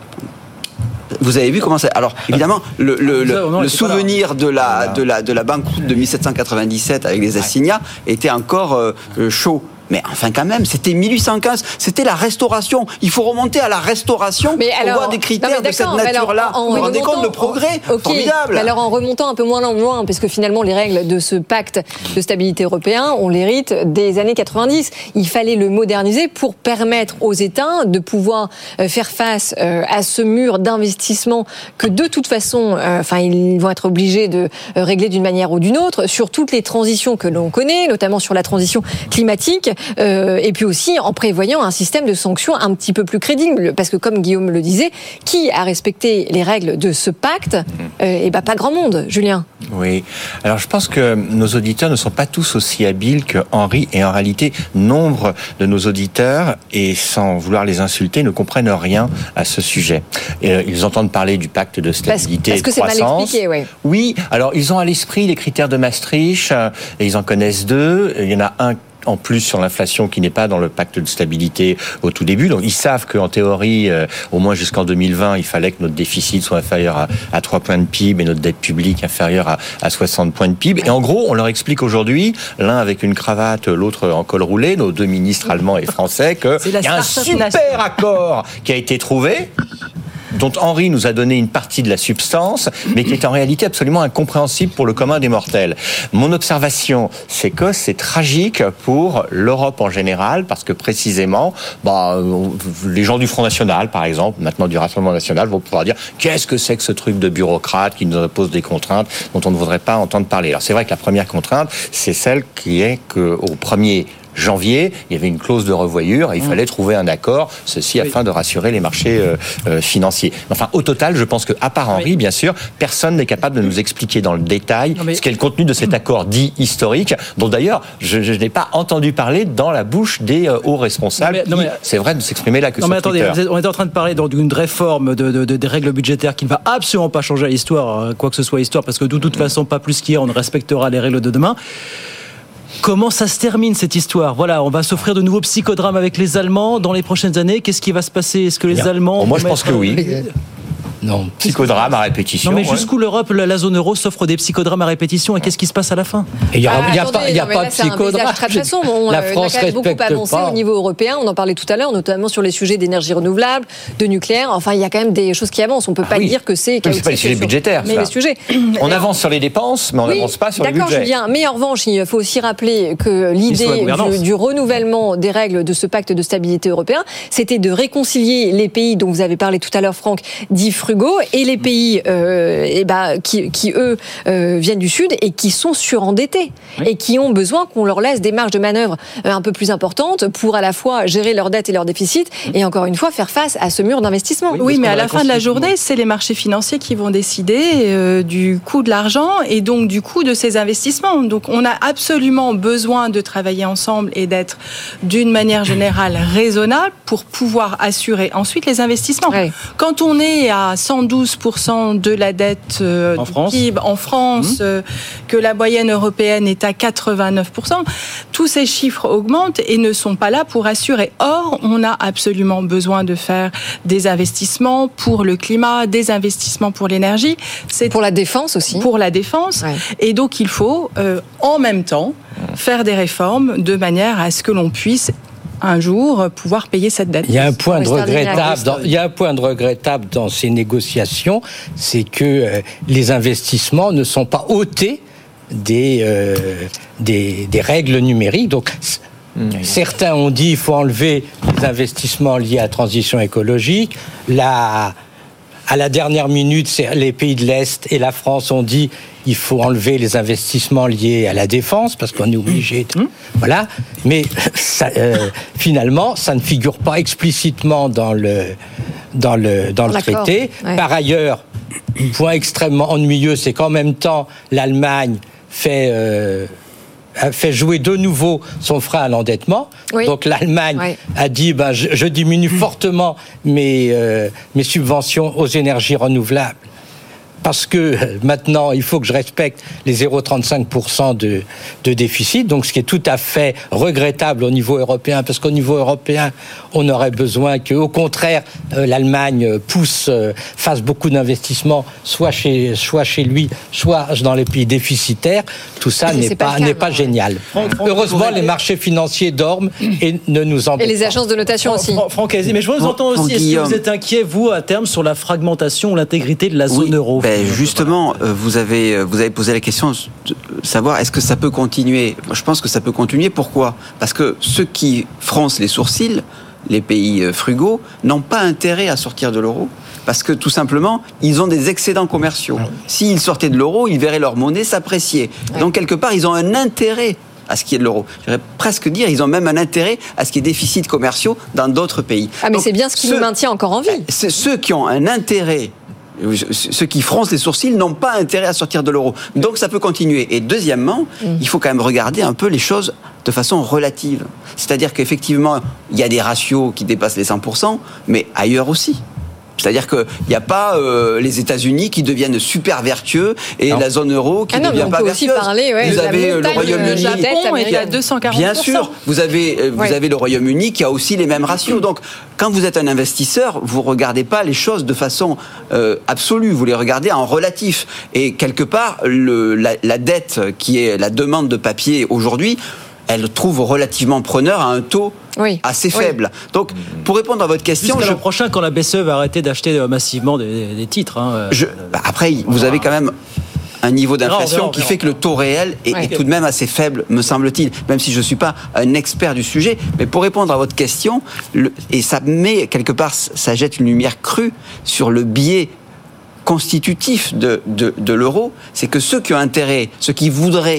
Vous avez vu comment ça... Alors, évidemment, le, le, le, non, le souvenir de la, de, la, de la banqueroute de mille sept cent quatre-vingt-dix-sept avec les assignats était encore euh, chaud. Mais enfin, quand même, c'était mille huit cent quinze, c'était la Restauration. Il faut remonter à la Restauration mais alors, pour voir des critères non, de cette nature-là. Vous vous rendez compte, le progrès okay, formidable. Mais alors, en remontant un peu moins loin, parce que finalement, les règles de ce pacte de stabilité européen, on l'hérite des années quatre-vingt-dix. Il fallait le moderniser pour permettre aux États de pouvoir faire face à ce mur d'investissement que, de toute façon, enfin, ils vont être obligés de régler d'une manière ou d'une autre sur toutes les transitions que l'on connaît, notamment sur la transition climatique. Euh, et puis aussi en prévoyant un système de sanctions un petit peu plus crédible, parce que comme Guillaume le disait, qui a respecté les règles de ce pacte ? euh, Et ben pas grand monde, Julien. Oui. Alors je pense que nos auditeurs ne sont pas tous aussi habiles que Henri, et en réalité, nombre de nos auditeurs, et sans vouloir les insulter, ne comprennent rien à ce sujet. Et, euh, ils entendent parler du pacte de stabilité parce, parce et de croissance. Parce que c'est mal expliqué, oui. Oui. Alors ils ont à l'esprit les critères de Maastricht, euh, et ils en connaissent deux. Il y en a un en plus sur l'inflation qui n'est pas dans le pacte de stabilité au tout début. Donc ils savent qu'en théorie, euh, au moins jusqu'en deux mille vingt, il fallait que notre déficit soit inférieur à, à trois points de P I B et notre dette publique inférieure à, à soixante points de P I B. Et en gros, on leur explique aujourd'hui, l'un avec une cravate, l'autre en col roulé, nos deux ministres allemands et français, qu'il y a un super accord qui a été trouvé, dont Henri nous a donné une partie de la substance, mais qui est en réalité absolument incompréhensible pour le commun des mortels. Mon observation, c'est que c'est tragique pour l'Europe en général, parce que précisément, bah, les gens du Front National, par exemple, maintenant du Rassemblement National, vont pouvoir dire qu'est-ce que c'est que ce truc de bureaucrate qui nous impose des contraintes dont on ne voudrait pas entendre parler. Alors c'est vrai que la première contrainte, c'est celle qui est qu'au premier janvier, il y avait une clause de revoyure et il mmh. fallait trouver un accord, ceci oui. afin de rassurer les marchés euh, euh, financiers. Enfin, au total, je pense qu'à part Henri, oui. bien sûr, personne n'est capable de nous expliquer dans le détail mais... ce qu'est le contenu de cet accord dit historique, dont d'ailleurs, je, je n'ai pas entendu parler dans la bouche des euh, hauts responsables. Non mais, non mais... C'est vrai de s'exprimer là que non sur mais attendez, Twitter. On est en train de parler donc, d'une réforme de, de, de, des règles budgétaires qui ne va absolument pas changer l'histoire, quoi que ce soit l'histoire, parce que de toute façon, pas plus qu'hier, on ne respectera les règles de demain. Comment ça se termine cette histoire ? Voilà, on va s'offrir de nouveaux psychodrames avec les Allemands dans les prochaines années. Qu'est-ce qui va se passer ? Est-ce que les Bien. Allemands... Bon, moi, je pense que oui. Non. Psychodrame à répétition. Non, mais jusqu'où ouais. l'Europe, la, la zone euro s'offre des psychodrames à répétition et qu'est-ce qui se passe à la fin ? Il n'y a, ah, y a, attendez, a pas, y a pas de psychodrame. Très, très sombre. On, la France a beaucoup avancé pas. Au niveau européen. On en parlait tout à l'heure, notamment sur les sujets d'énergie renouvelable, de nucléaire. Enfin, il y a quand même des choses qui avancent. On ne peut pas ah, oui. dire que c'est... Mais c'est pas les sujets budgétaires. Mais les sujets. On avance sur les dépenses, mais on n'avance oui, pas sur les budgets. D'accord, Julien. Mais en revanche, il faut aussi rappeler que l'idée du, du renouvellement des règles de ce pacte de stabilité européen, c'était de réconcilier les pays dont vous avez parlé tout à l'heure, Franck, dits frugaux, et les pays Pays, euh, et bah, qui, qui, eux, euh, viennent du Sud et qui sont surendettés oui. et qui ont besoin qu'on leur laisse des marges de manœuvre un peu plus importantes pour à la fois gérer leurs dettes et leurs déficits et encore une fois faire face à ce mur d'investissement. Oui, oui mais à la fin de la journée, c'est les marchés financiers qui vont décider euh, du coût de l'argent et donc du coût de ces investissements. Donc on a absolument besoin de travailler ensemble et d'être d'une manière générale raisonnable pour pouvoir assurer ensuite les investissements. Oui. Quand on est à cent douze pour cent de la dette euh, en, France. P I B, en France, mmh. euh, que la moyenne européenne est à quatre-vingt-neuf pour cent, tous ces chiffres augmentent et ne sont pas là pour assurer. Or, on a absolument besoin de faire des investissements pour le climat, des investissements pour l'énergie. C'est pour la défense aussi. Pour la défense. Ouais. Et donc, il faut, euh, en même temps, faire des réformes de manière à ce que l'on puisse un jour pouvoir payer cette dette. Il y a un point de regrettable dans, il y a un point de regrettable dans ces négociations, c'est que euh, les investissements ne sont pas ôtés des, euh, des, des règles numériques. Donc, mmh. certains ont dit qu'il faut enlever les investissements liés à la transition écologique. La, à la dernière minute, c'est les pays de l'Est et la France ont dit il faut enlever les investissements liés à la défense parce qu'on est obligé de... Mmh. Voilà. Mais ça, euh, finalement, ça ne figure pas explicitement dans le, dans le, dans le traité. Ouais. Par ailleurs, point extrêmement ennuyeux, c'est qu'en même temps, l'Allemagne fait... Euh, a fait jouer de nouveau son frein à l'endettement. Oui. Donc l'Allemagne oui. a dit ben, je, je diminue fortement mes, euh, mes subventions aux énergies renouvelables. Parce que maintenant, il faut que je respecte les zéro virgule trente-cinq pour cent de, de déficit, donc ce qui est tout à fait regrettable au niveau européen, parce qu'au niveau européen, on aurait besoin que, au contraire, euh, l'Allemagne pousse, euh, fasse beaucoup d'investissements, soit chez, soit chez lui, soit dans les pays déficitaires. Tout ça n'est pas, pas, n'est pas génial. Franck, Franck, Heureusement, les marchés financiers dorment et ne nous embêtent pas. Et les agences de notation aussi. Franck Azy, mais je vous entends aussi. Est-ce que vous êtes inquiet, vous, à terme, sur la fragmentation ou l'intégrité de la zone oui, euro? Ben justement, vous avez, vous avez posé la question de savoir est-ce que ça peut continuer. Je pense que ça peut continuer. Pourquoi ? Parce que ceux qui froncent les sourcils, les pays frugaux, n'ont pas intérêt à sortir de l'euro. Parce que tout simplement, ils ont des excédents commerciaux. S'ils sortaient de l'euro, ils verraient leur monnaie s'apprécier. Donc quelque part, ils ont un intérêt à ce qui est de l'euro. J'aimerais presque dire, ils ont même un intérêt à ce qui est déficit commerciaux dans d'autres pays. Ah mais donc, c'est bien ce qui ceux, nous maintient encore en vie. C'est ceux qui ont un intérêt. Ceux qui froncent les sourcils n'ont pas intérêt à sortir de l'euro. Donc ça peut continuer. Et deuxièmement, mmh. il faut quand même regarder un peu les choses de façon relative. C'est-à-dire qu'effectivement, il y a des ratios qui dépassent les cent pour cent, mais ailleurs aussi. C'est-à-dire qu'il n'y a pas euh, les États-Unis qui deviennent super vertueux et non. la zone euro qui ne ah devient pas vertueuse. Parler, ouais, vous avez le Royaume-Uni, il y a deux cent quarante pour cent. Bien sûr, vous avez vous ouais. avez le Royaume-Uni qui a aussi les mêmes ratios. Donc, quand vous êtes un investisseur, vous regardez pas les choses de façon euh, absolue, vous les regardez en relatif. Et quelque part, le, la, la dette qui est la demande de papier aujourd'hui, elle trouve relativement preneur à un taux oui. assez faible. Oui. Donc, pour répondre à votre question... Jusqu'à je... l'an prochain, quand la B C E va arrêter d'acheter massivement des, des titres... Hein, je... bah après, vous avez quand même un niveau d'inflation verra, verra, qui verra. fait que le taux réel est, ouais. est tout de même assez faible, me semble-t-il, même si je ne suis pas un expert du sujet. Mais pour répondre à votre question, le... et ça met, quelque part, ça jette une lumière crue sur le biais constitutif de, de, de l'euro, c'est que ceux qui ont intérêt, ceux qui voudraient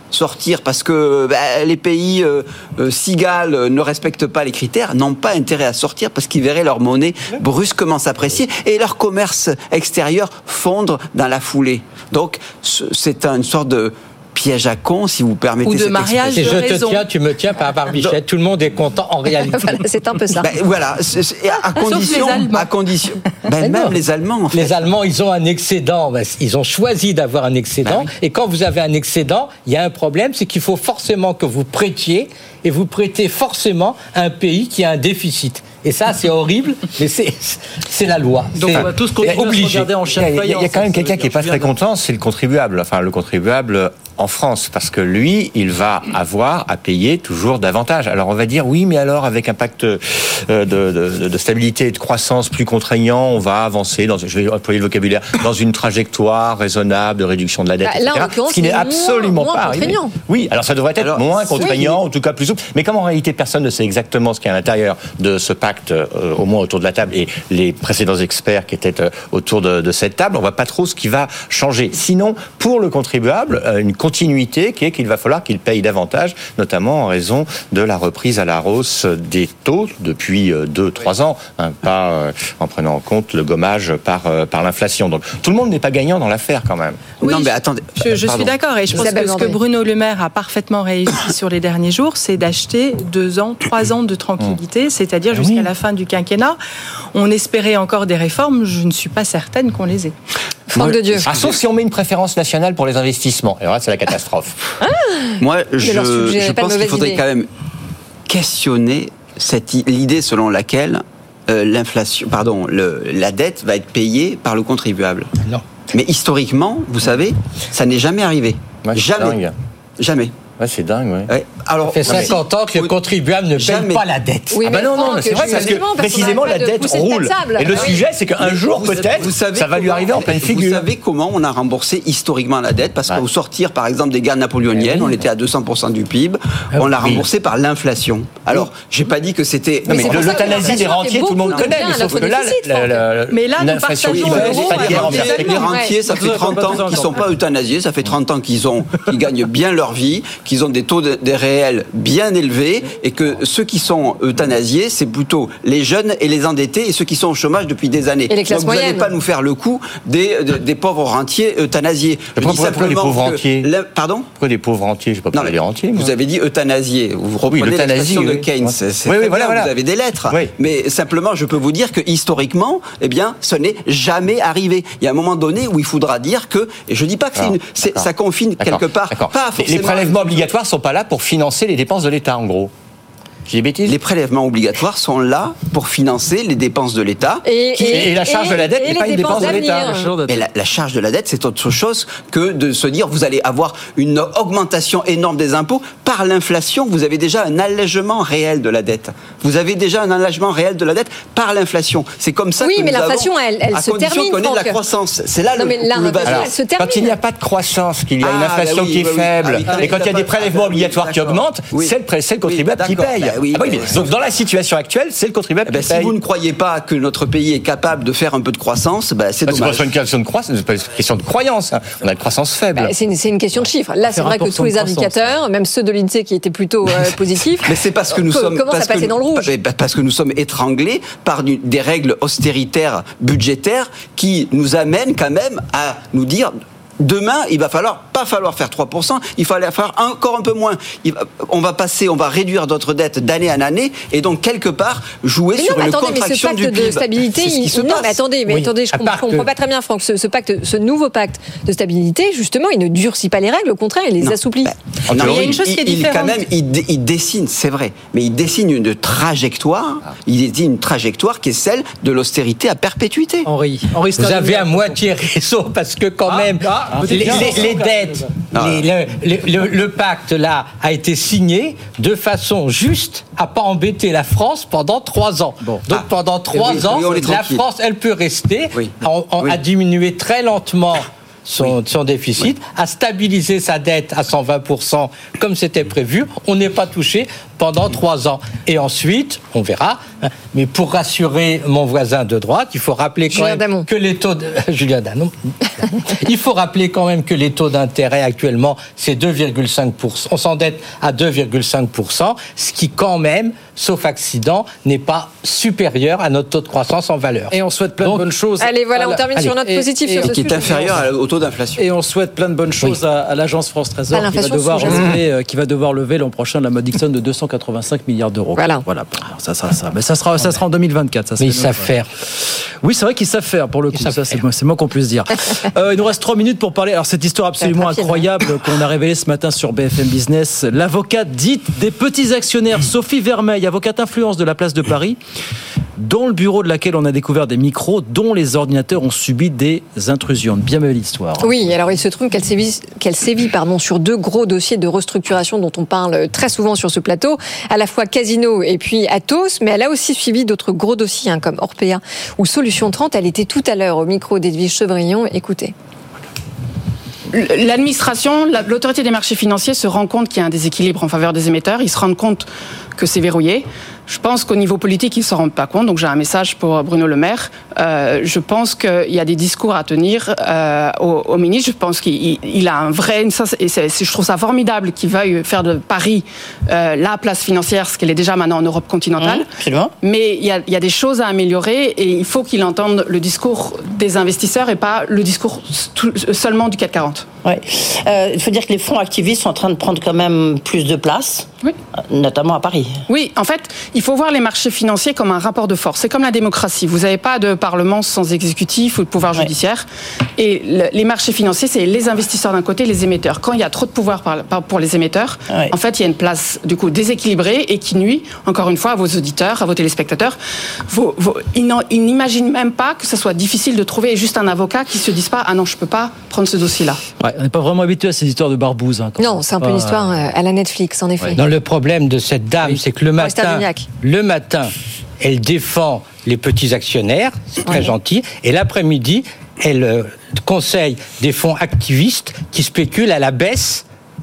sortir parce que bah, les pays euh, euh, cigales euh, ne respectent pas les critères, n'ont pas intérêt à sortir parce qu'ils verraient leur monnaie brusquement s'apprécier et leur commerce extérieur fondre dans la foulée. Donc c'est une sorte de piège à con, si vous permettez. Ou de mariage de je raison. te tiens, tu me tiens par Barbichette. Tout le monde est content en réalité. Voilà, c'est un peu ça. Ben, voilà, c'est, c'est, à condition, à condition. Ben, même les Allemands. En fait. Les Allemands, ils ont un excédent. Ils ont choisi d'avoir un excédent. Ben oui. Et quand vous avez un excédent, il y a un problème, c'est qu'il faut forcément que vous prêtiez, et vous prêtez forcément à un pays qui a un déficit. Et ça, c'est horrible, mais c'est, c'est la loi. Donc, c'est on va tous continuer à se regarder en chien de faïence. Il y a quand même quelqu'un qui n'est pas très content, c'est le contribuable. Enfin, le contribuable en France, parce que lui, il va avoir à payer toujours davantage. Alors, on va dire, oui, mais alors, avec un pacte de, de, de stabilité et de croissance plus contraignant, on va avancer, dans, je vais employer le vocabulaire, dans une trajectoire raisonnable de réduction de la dette, bah, là, et cetera. Ce qui n'est absolument moins, pas moins arrivé. Oui, alors ça devrait être alors, moins contraignant, oui. En tout cas plus souple. Mais comme en réalité, personne ne sait exactement ce qu'il y a à l'intérieur de ce pacte, euh, au moins autour de la table, et les précédents experts qui étaient euh, autour de, de cette table, on ne voit pas trop ce qui va changer. Sinon, pour le contribuable, euh, une continuité qui est qu'il va falloir qu'il paye davantage, notamment en raison de la reprise à la hausse des taux depuis deux trois ans, hein, pas euh, en prenant en compte le gommage par, euh, par l'inflation. Donc tout le monde n'est pas gagnant dans l'affaire quand même. Oui, non, mais attendez. Je, je suis d'accord et je pense que ce que Bruno Le Maire a parfaitement réussi sur les derniers jours, c'est d'acheter deux ans, trois ans de tranquillité, c'est-à-dire jusqu'à oui. la fin du quinquennat. On espérait encore des réformes, je ne suis pas certaine qu'on les ait. Franck de Dieu. Ah, sauf si on met une préférence nationale pour les investissements. Et là, c'est la catastrophe. Ah, Moi, je, sujet, je pense qu'il faudrait idée. quand même questionner cette, l'idée selon laquelle euh, l'inflation, pardon, le, la dette va être payée par le contribuable. Non. Mais historiquement, vous savez, ça n'est jamais arrivé. Ouais, jamais. Dingue. Jamais. Ouais, c'est dingue, ouais. ouais. Alors, ça fait cinquante ans que le contribuable ne paye jamais. pas la dette. Oui, ah bah non, non, mais c'est vrai, parce que précisément la dette roule. Et le sujet, c'est qu'un jour, peut-être, vous savez ça va lui arriver en pleine figure. Vous savez comment on a remboursé historiquement la dette? Parce qu'au ouais. sortir, par exemple, des guerres napoléoniennes, on était à deux cents pour cent du P I B, on l'a remboursé par l'inflation. Alors, j'ai pas dit que c'était... Non, mais l'euthanasie des rentiers, tout le monde connaît, mais sauf que là, mais là, l'inflation qui les rentiers, ça fait trente ans qu'ils sont pas euthanasiés, ça fait trente ans qu'ils gagnent bien leur vie, qu'ils ont des taux des réels bien élevés et que ceux qui sont euthanasiés, c'est plutôt les jeunes et les endettés et ceux qui sont au chômage depuis des années. Et les classes Donc vous moyennes. n'allez pas nous faire le coup des, des, des pauvres rentiers euthanasiés. Je dis pourquoi les pauvres rentiers la, Pardon Pourquoi des pauvres rentiers? Je ne sais pas pourquoi les rentiers. Vous avez dit euthanasiés. Vous reprenez oui, l'expression de Keynes. Oui. C'est, c'est oui, oui, voilà, voilà. Vous avez des lettres. Oui. Mais simplement, je peux vous dire que historiquement, eh bien, ce n'est jamais arrivé. Il y a un moment donné où il faudra dire que, et je ne dis pas que c'est une, c'est, ça confine quelque part. Pas les prélèvements obligatoires ne sont pas là pour financer les dépenses de l'État, en gros. J'ai des bêtises. Les prélèvements obligatoires sont là pour financer les dépenses de l'État. Et, qui, et, et la charge et, de la dette n'est pas une dépense de l'État. Mais la, la charge de la dette, c'est autre chose que de se dire vous allez avoir une augmentation énorme des impôts. Par l'inflation, vous avez déjà un allègement réel de la dette. Vous avez déjà un allègement réel de la dette par l'inflation. C'est comme ça oui, que nous avons... Oui, mais l'inflation, elle, elle à se condition termine, qu'on ait de la Franck. croissance. C'est là non, le, mais la, le Alors, elle se termine. Quand il n'y a pas de croissance, qu'il y a une ah, inflation bah oui, qui est bah oui. faible, ah, oui, et quand il y a des prélèvements obligatoires qui augmentent, oui. c'est, le, c'est le contribuable oui, qui paye. Bah, oui, ah, oui, mais, donc dans la situation actuelle, c'est le contribuable eh ben, qui paye. Si vous ne croyez pas que notre pays est capable de faire un peu de croissance, bah, c'est bah, dommage. C'est pas une question de croissance, c'est pas une question de croyance. Hein. On a une croissance faible. Bah, c'est, une, c'est une question de chiffres. Là, c'est vrai que tous les indicateurs, même ceux de l'INSEE qui étaient plutôt euh, positifs, mais c'est parce que nous sommes commencent à passer dans le rouge. Parce que nous sommes étranglés par du, des règles austéritaires budgétaires qui nous amènent quand même à nous dire. Demain, il va falloir pas falloir faire trois pour cent, il va falloir encore un peu moins. Il va, on va passer, on va réduire notre dette d'année en année et donc quelque part jouer mais sur non, une attendez, contraction du P I B. Mais ce pacte de stabilité, c'est ce qui il, se non, passe. mais attendez, mais oui. attendez, je comprends, comprends que... pas très bien, Franck. Ce, ce pacte, ce nouveau pacte de stabilité, justement, il ne durcit pas les règles, au contraire, il les non. assouplit. Bah, non, il y a une chose qui est il, différente. Il, quand même, il, il dessine, c'est vrai, mais il dessine une trajectoire. Ah. Il dessine une trajectoire qui est celle de l'austérité à perpétuité. Henri, Henri vous avez à moitié raison parce que quand ah, même, ah, les, les, les dettes. Les, le, le, le pacte là a été signé de façon juste à pas embêter la France pendant trois ans. Bon. Donc ah. pendant trois oui, ans, oui, la France elle peut rester oui. en, en, oui. à diminuer très lentement son, oui. son déficit, oui. à stabiliser sa dette à cent vingt pour cent comme c'était prévu. On n'est pas touché pendant trois ans. Et ensuite, on verra. Mais pour rassurer mon voisin de droite, il faut rappeler quand Julien même Damon. que les taux de... Julien Damon. Il faut rappeler quand même que les taux d'intérêt actuellement, c'est deux virgule cinq pour cent. On s'endette à deux virgule cinq pour cent, ce qui quand même, sauf accident, n'est pas supérieur à notre taux de croissance en valeur. Et on souhaite plein Donc, de bonnes choses. Allez, voilà, on termine Allez. sur notre Et- positif et- sur ce qui est sujet. inférieur à- au taux d'inflation. Et on souhaite plein de bonnes choses à, à l'agence France Trésor Pas qui va, l'inflation devoir sous-jacente. lever, euh, qui va devoir lever l'an prochain la modique de deux cent quatre-vingt-cinq milliards d'euros. Voilà. voilà. Alors, ça, ça, ça, mais ça sera, ça sera en deux mille vingt-quatre. Ça, Mais ils c'est savent notre- faire. Oui, c'est vrai qu'ils savent faire pour le coup. savent Ça, c'est faire. moi, c'est moi qu'on puisse dire. Euh, il nous reste trois minutes pour parler. Alors cette histoire absolument rapide, incroyable qu'on a révélée ce matin sur B F M Business. L'avocate dite des petits actionnaires, Sophie Vermeil, avocate influence de la place de Paris, dans le bureau de laquelle on a découvert des micros dont les ordinateurs ont subi des intrusions. Une bien belle histoire. Oui, alors il se trouve qu'elle sévit, qu'elle sévit pardon, sur deux gros dossiers de restructuration dont on parle très souvent sur ce plateau, à la fois Casino et puis Atos, mais elle a aussi suivi d'autres gros dossiers hein, comme Orpea ou Solution trente. Elle était tout à l'heure au micro d'Edwige Chevrillon. Écoutez. L'administration, la- l'autorité des marchés financiers se rend compte qu'il y a un déséquilibre en faveur des émetteurs. Ils se rendent compte que c'est verrouillé. Je pense qu'au niveau politique, ils ne s'en rendent pas compte. Donc j'ai un message pour Bruno Le Maire. Euh, je pense qu'il y a des discours à tenir euh, au, au ministre. Je pense qu'il il- il a un vrai... Ça, et c'est- c'est- je trouve ça formidable qu'il veuille faire de Paris euh, la place financière, ce qu'elle est déjà maintenant en Europe continentale. Absolument. Mais il y, a, il y a des choses à améliorer et il faut qu'il entende le discours des investisseurs et pas le discours tout- seulement du CAC quarante. Ouais. Euh, il faut dire que les fonds activistes sont en train de prendre quand même plus de place, Oui. notamment à Paris. Oui, en fait, il faut voir les marchés financiers comme un rapport de force. C'est comme la démocratie. Vous n'avez pas de parlement sans exécutif ou de pouvoir judiciaire. Et le- les marchés financiers, c'est les investisseurs d'un côté, les émetteurs. Quand il y a trop de pouvoir par- par- pour les émetteurs, Ouais. en fait, il y a une place du coup déséquilibrée et qui nuit, encore une fois, à vos auditeurs, à vos téléspectateurs. Vos- vos- ils n'en- ils n'imaginent même pas que ce soit difficile de trouver juste un avocat qui se dise pas « Ah non, je peux pas prendre ce dossier-là ». Ouais, on n'est pas vraiment habitué à ces histoires de barbouze. Hein, quand Non, même. c'est un peu Pas- une histoire euh, à la Netflix, en effet. Non, le problème de cette dame, c'est que le Forest matin, Armignac. le matin, elle défend les petits actionnaires, c'est très Ouais. gentil, et l'après-midi, elle euh, conseille des fonds activistes qui spéculent à la baisse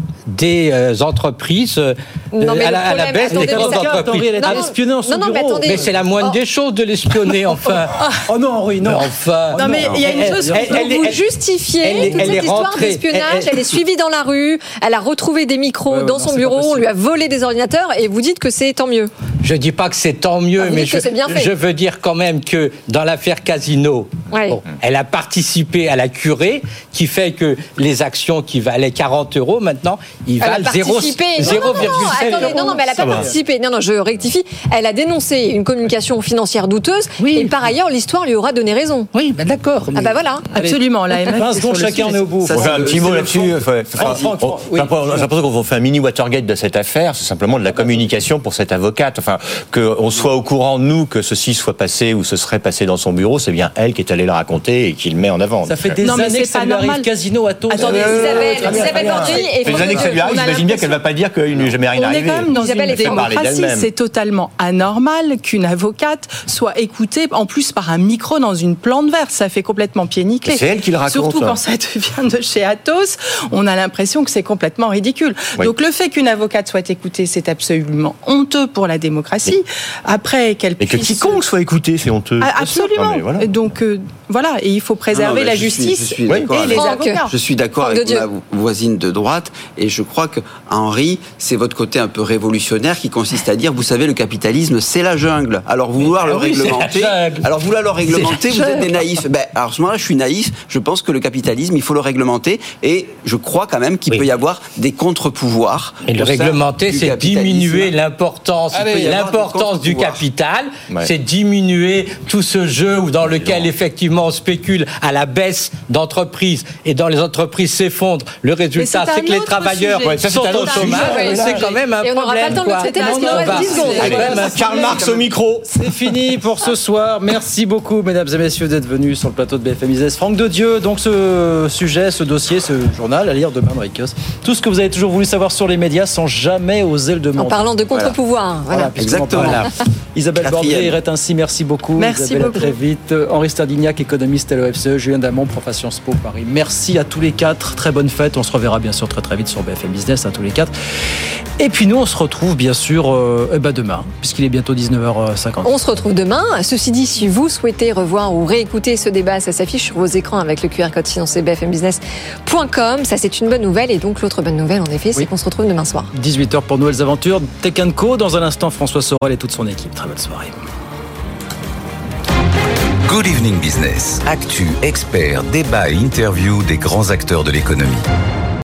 des euh, entreprises, euh, Non, mais à, le la, à la problème, baisse des attendez, grandes mais ça- entreprises. Elle est Non, non. espionnée en son Non, non, mais bureau. attendez. Mais c'est la moindre Oh. des choses de l'espionner, enfin. Oh non, Henri, non. Mais enfin. Non, mais il y a une Elle- chose, elle- pour elle- vous elle- justifier elle est- toute elle cette est histoire rentrée- d'espionnage. elle- Elle est suivie dans la rue, elle a retrouvé des micros Ouais, ouais, dans non, son c'est bureau, pas on possible. lui a volé des ordinateurs et vous dites que c'est tant mieux. Je dis pas que c'est tant mieux, Ah, vous mais dites que je, c'est bien fait. je veux dire quand même que dans l'affaire Casino, Ouais. bon, elle a participé à la curée, qui fait que les actions qui valaient quarante euros, maintenant, ils Elle a valent zéro participé. Non, non, zéro non, virgule sept attendez, non, non, mais elle n'a Ça pas va. participé. Non, non, je rectifie. Elle a dénoncé une communication financière douteuse. Et par ailleurs, l'histoire lui aura donné raison. Oui, ben d'accord. Ah bah voilà. Absolument, la M F. vingt c'est secondes, sur le chacun, on sujet. est au bout. On fait un petit mot là-dessus. Enfin, enfin, Franck, on- Franck, oui. J'ai l'impression qu'on fait un mini Watergate de cette affaire. C'est simplement de la communication pour cette avocate. Enfin, qu'on soit au courant, nous, que ceci soit passé ou ce serait passé dans son bureau, c'est bien elle qui est allée le raconter et qui le met en avant. Ça fait des Non, mais années c'est que ça pas lui arrive. normal. Casino, Atos. Attendez, Euh, Isabelle, très bien, très Isabelle bien. Borghi et Ça fait des Franck années que ça lui arrive, on a j'imagine bien qu'elle va pas dire qu'il n'est jamais rien On est arrivé. quand même dans Isabelle une est fait parler démocratie. d'elle-même. C'est totalement anormal qu'une avocate soit écoutée, en plus par un micro dans une plante verte. Ça fait complètement pied nickelé. C'est elle qui le raconte. Surtout quand ça vient de chez Atos, on a l'impression que c'est complètement ridicule. Oui. Donc le fait qu'une avocate soit écoutée, c'est absolument honteux pour la démocratie. Après qu'elle Et que puisse... quiconque soit écouté, c'est honteux. Ah, absolument. Non, mais voilà. Et Donc euh, voilà, et il faut préserver Non, non, mais la je suis- justice je suis et d'accord les avec- avocats. Je suis d'accord Franck de avec Dieu. ma vo- voisine de droite et je crois que Henri, c'est votre côté un peu révolutionnaire qui consiste à dire, vous savez, le capitalisme, c'est la jungle. Alors vouloir le Ah oui, c'est la réglementer, jungle. alors vouloir le réglementer, C'est la vous êtes des jungle. naïfs. Ben, alors à ce moment-là, je suis naïf. Je pense que le capitalisme, il faut le réglementer et je crois quand même qu'il Oui. peut y avoir des contre-pouvoirs. Et le au sein réglementer, du c'est capitalisme. diminuer l'importance, Allez, il peut y avoir l'importance des du contre-pouvoirs. capital. Ouais. C'est diminuer tout ce jeu où- dans lequel effectivement on spécule à la baisse d'entreprises et dans les entreprises s'effondrent. Le résultat, c'est c'est un que les autre travailleurs sujet. Ouais, ça, c'est sont un au autre chômage. sujet. Ouais, C'est ouais. quand même un Et on n'aura problème. pas le temps de le quoi. traiter parce Non, qu'il nous on reste va- dix secondes. c'est Allez, quand même un Karl Marx au micro. C'est fini pour ce soir. Merci beaucoup, mesdames et messieurs, d'être venus sur le plateau de B F M Business. Franck de Dieu, donc ce sujet, ce dossier, ce journal à lire demain, Dreykus. Tout ce que vous avez toujours voulu savoir sur les médias sans jamais oser le En demander. parlant de contre-pouvoir. Voilà. Voilà, Exactement. Voilà. Isabelle Bordier, Irène Ainsi, merci beaucoup. Merci Isabelle, beaucoup. À très vite. Henri Stadignac, économiste à l'O F C E, Julien Damon, prof à Sciences Po Paris. Merci à tous les quatre. Très bonne fête. On se reverra bien sûr très très vite sur B F M Business à tous les quatre. Et puis nous, on se retrouve bien sûr euh, eh ben demain, puisqu'il est bientôt dix-neuf heures cinquante. On se retrouve demain. Ceci dit, si vous souhaitez revoir ou réécouter ce débat, ça s'affiche sur vos écrans avec le Q R code financé b f m business point com. Ça, c'est une bonne nouvelle. Et donc, l'autre bonne nouvelle, en effet, c'est oui. qu'on se retrouve demain soir. dix-huit heures pour Nouvelles Aventures. Tech and Co. Dans un instant, François Sorel et toute son équipe. Très bonne soirée. Good Evening Business. Actu, experts, débat et interview des grands acteurs de l'économie.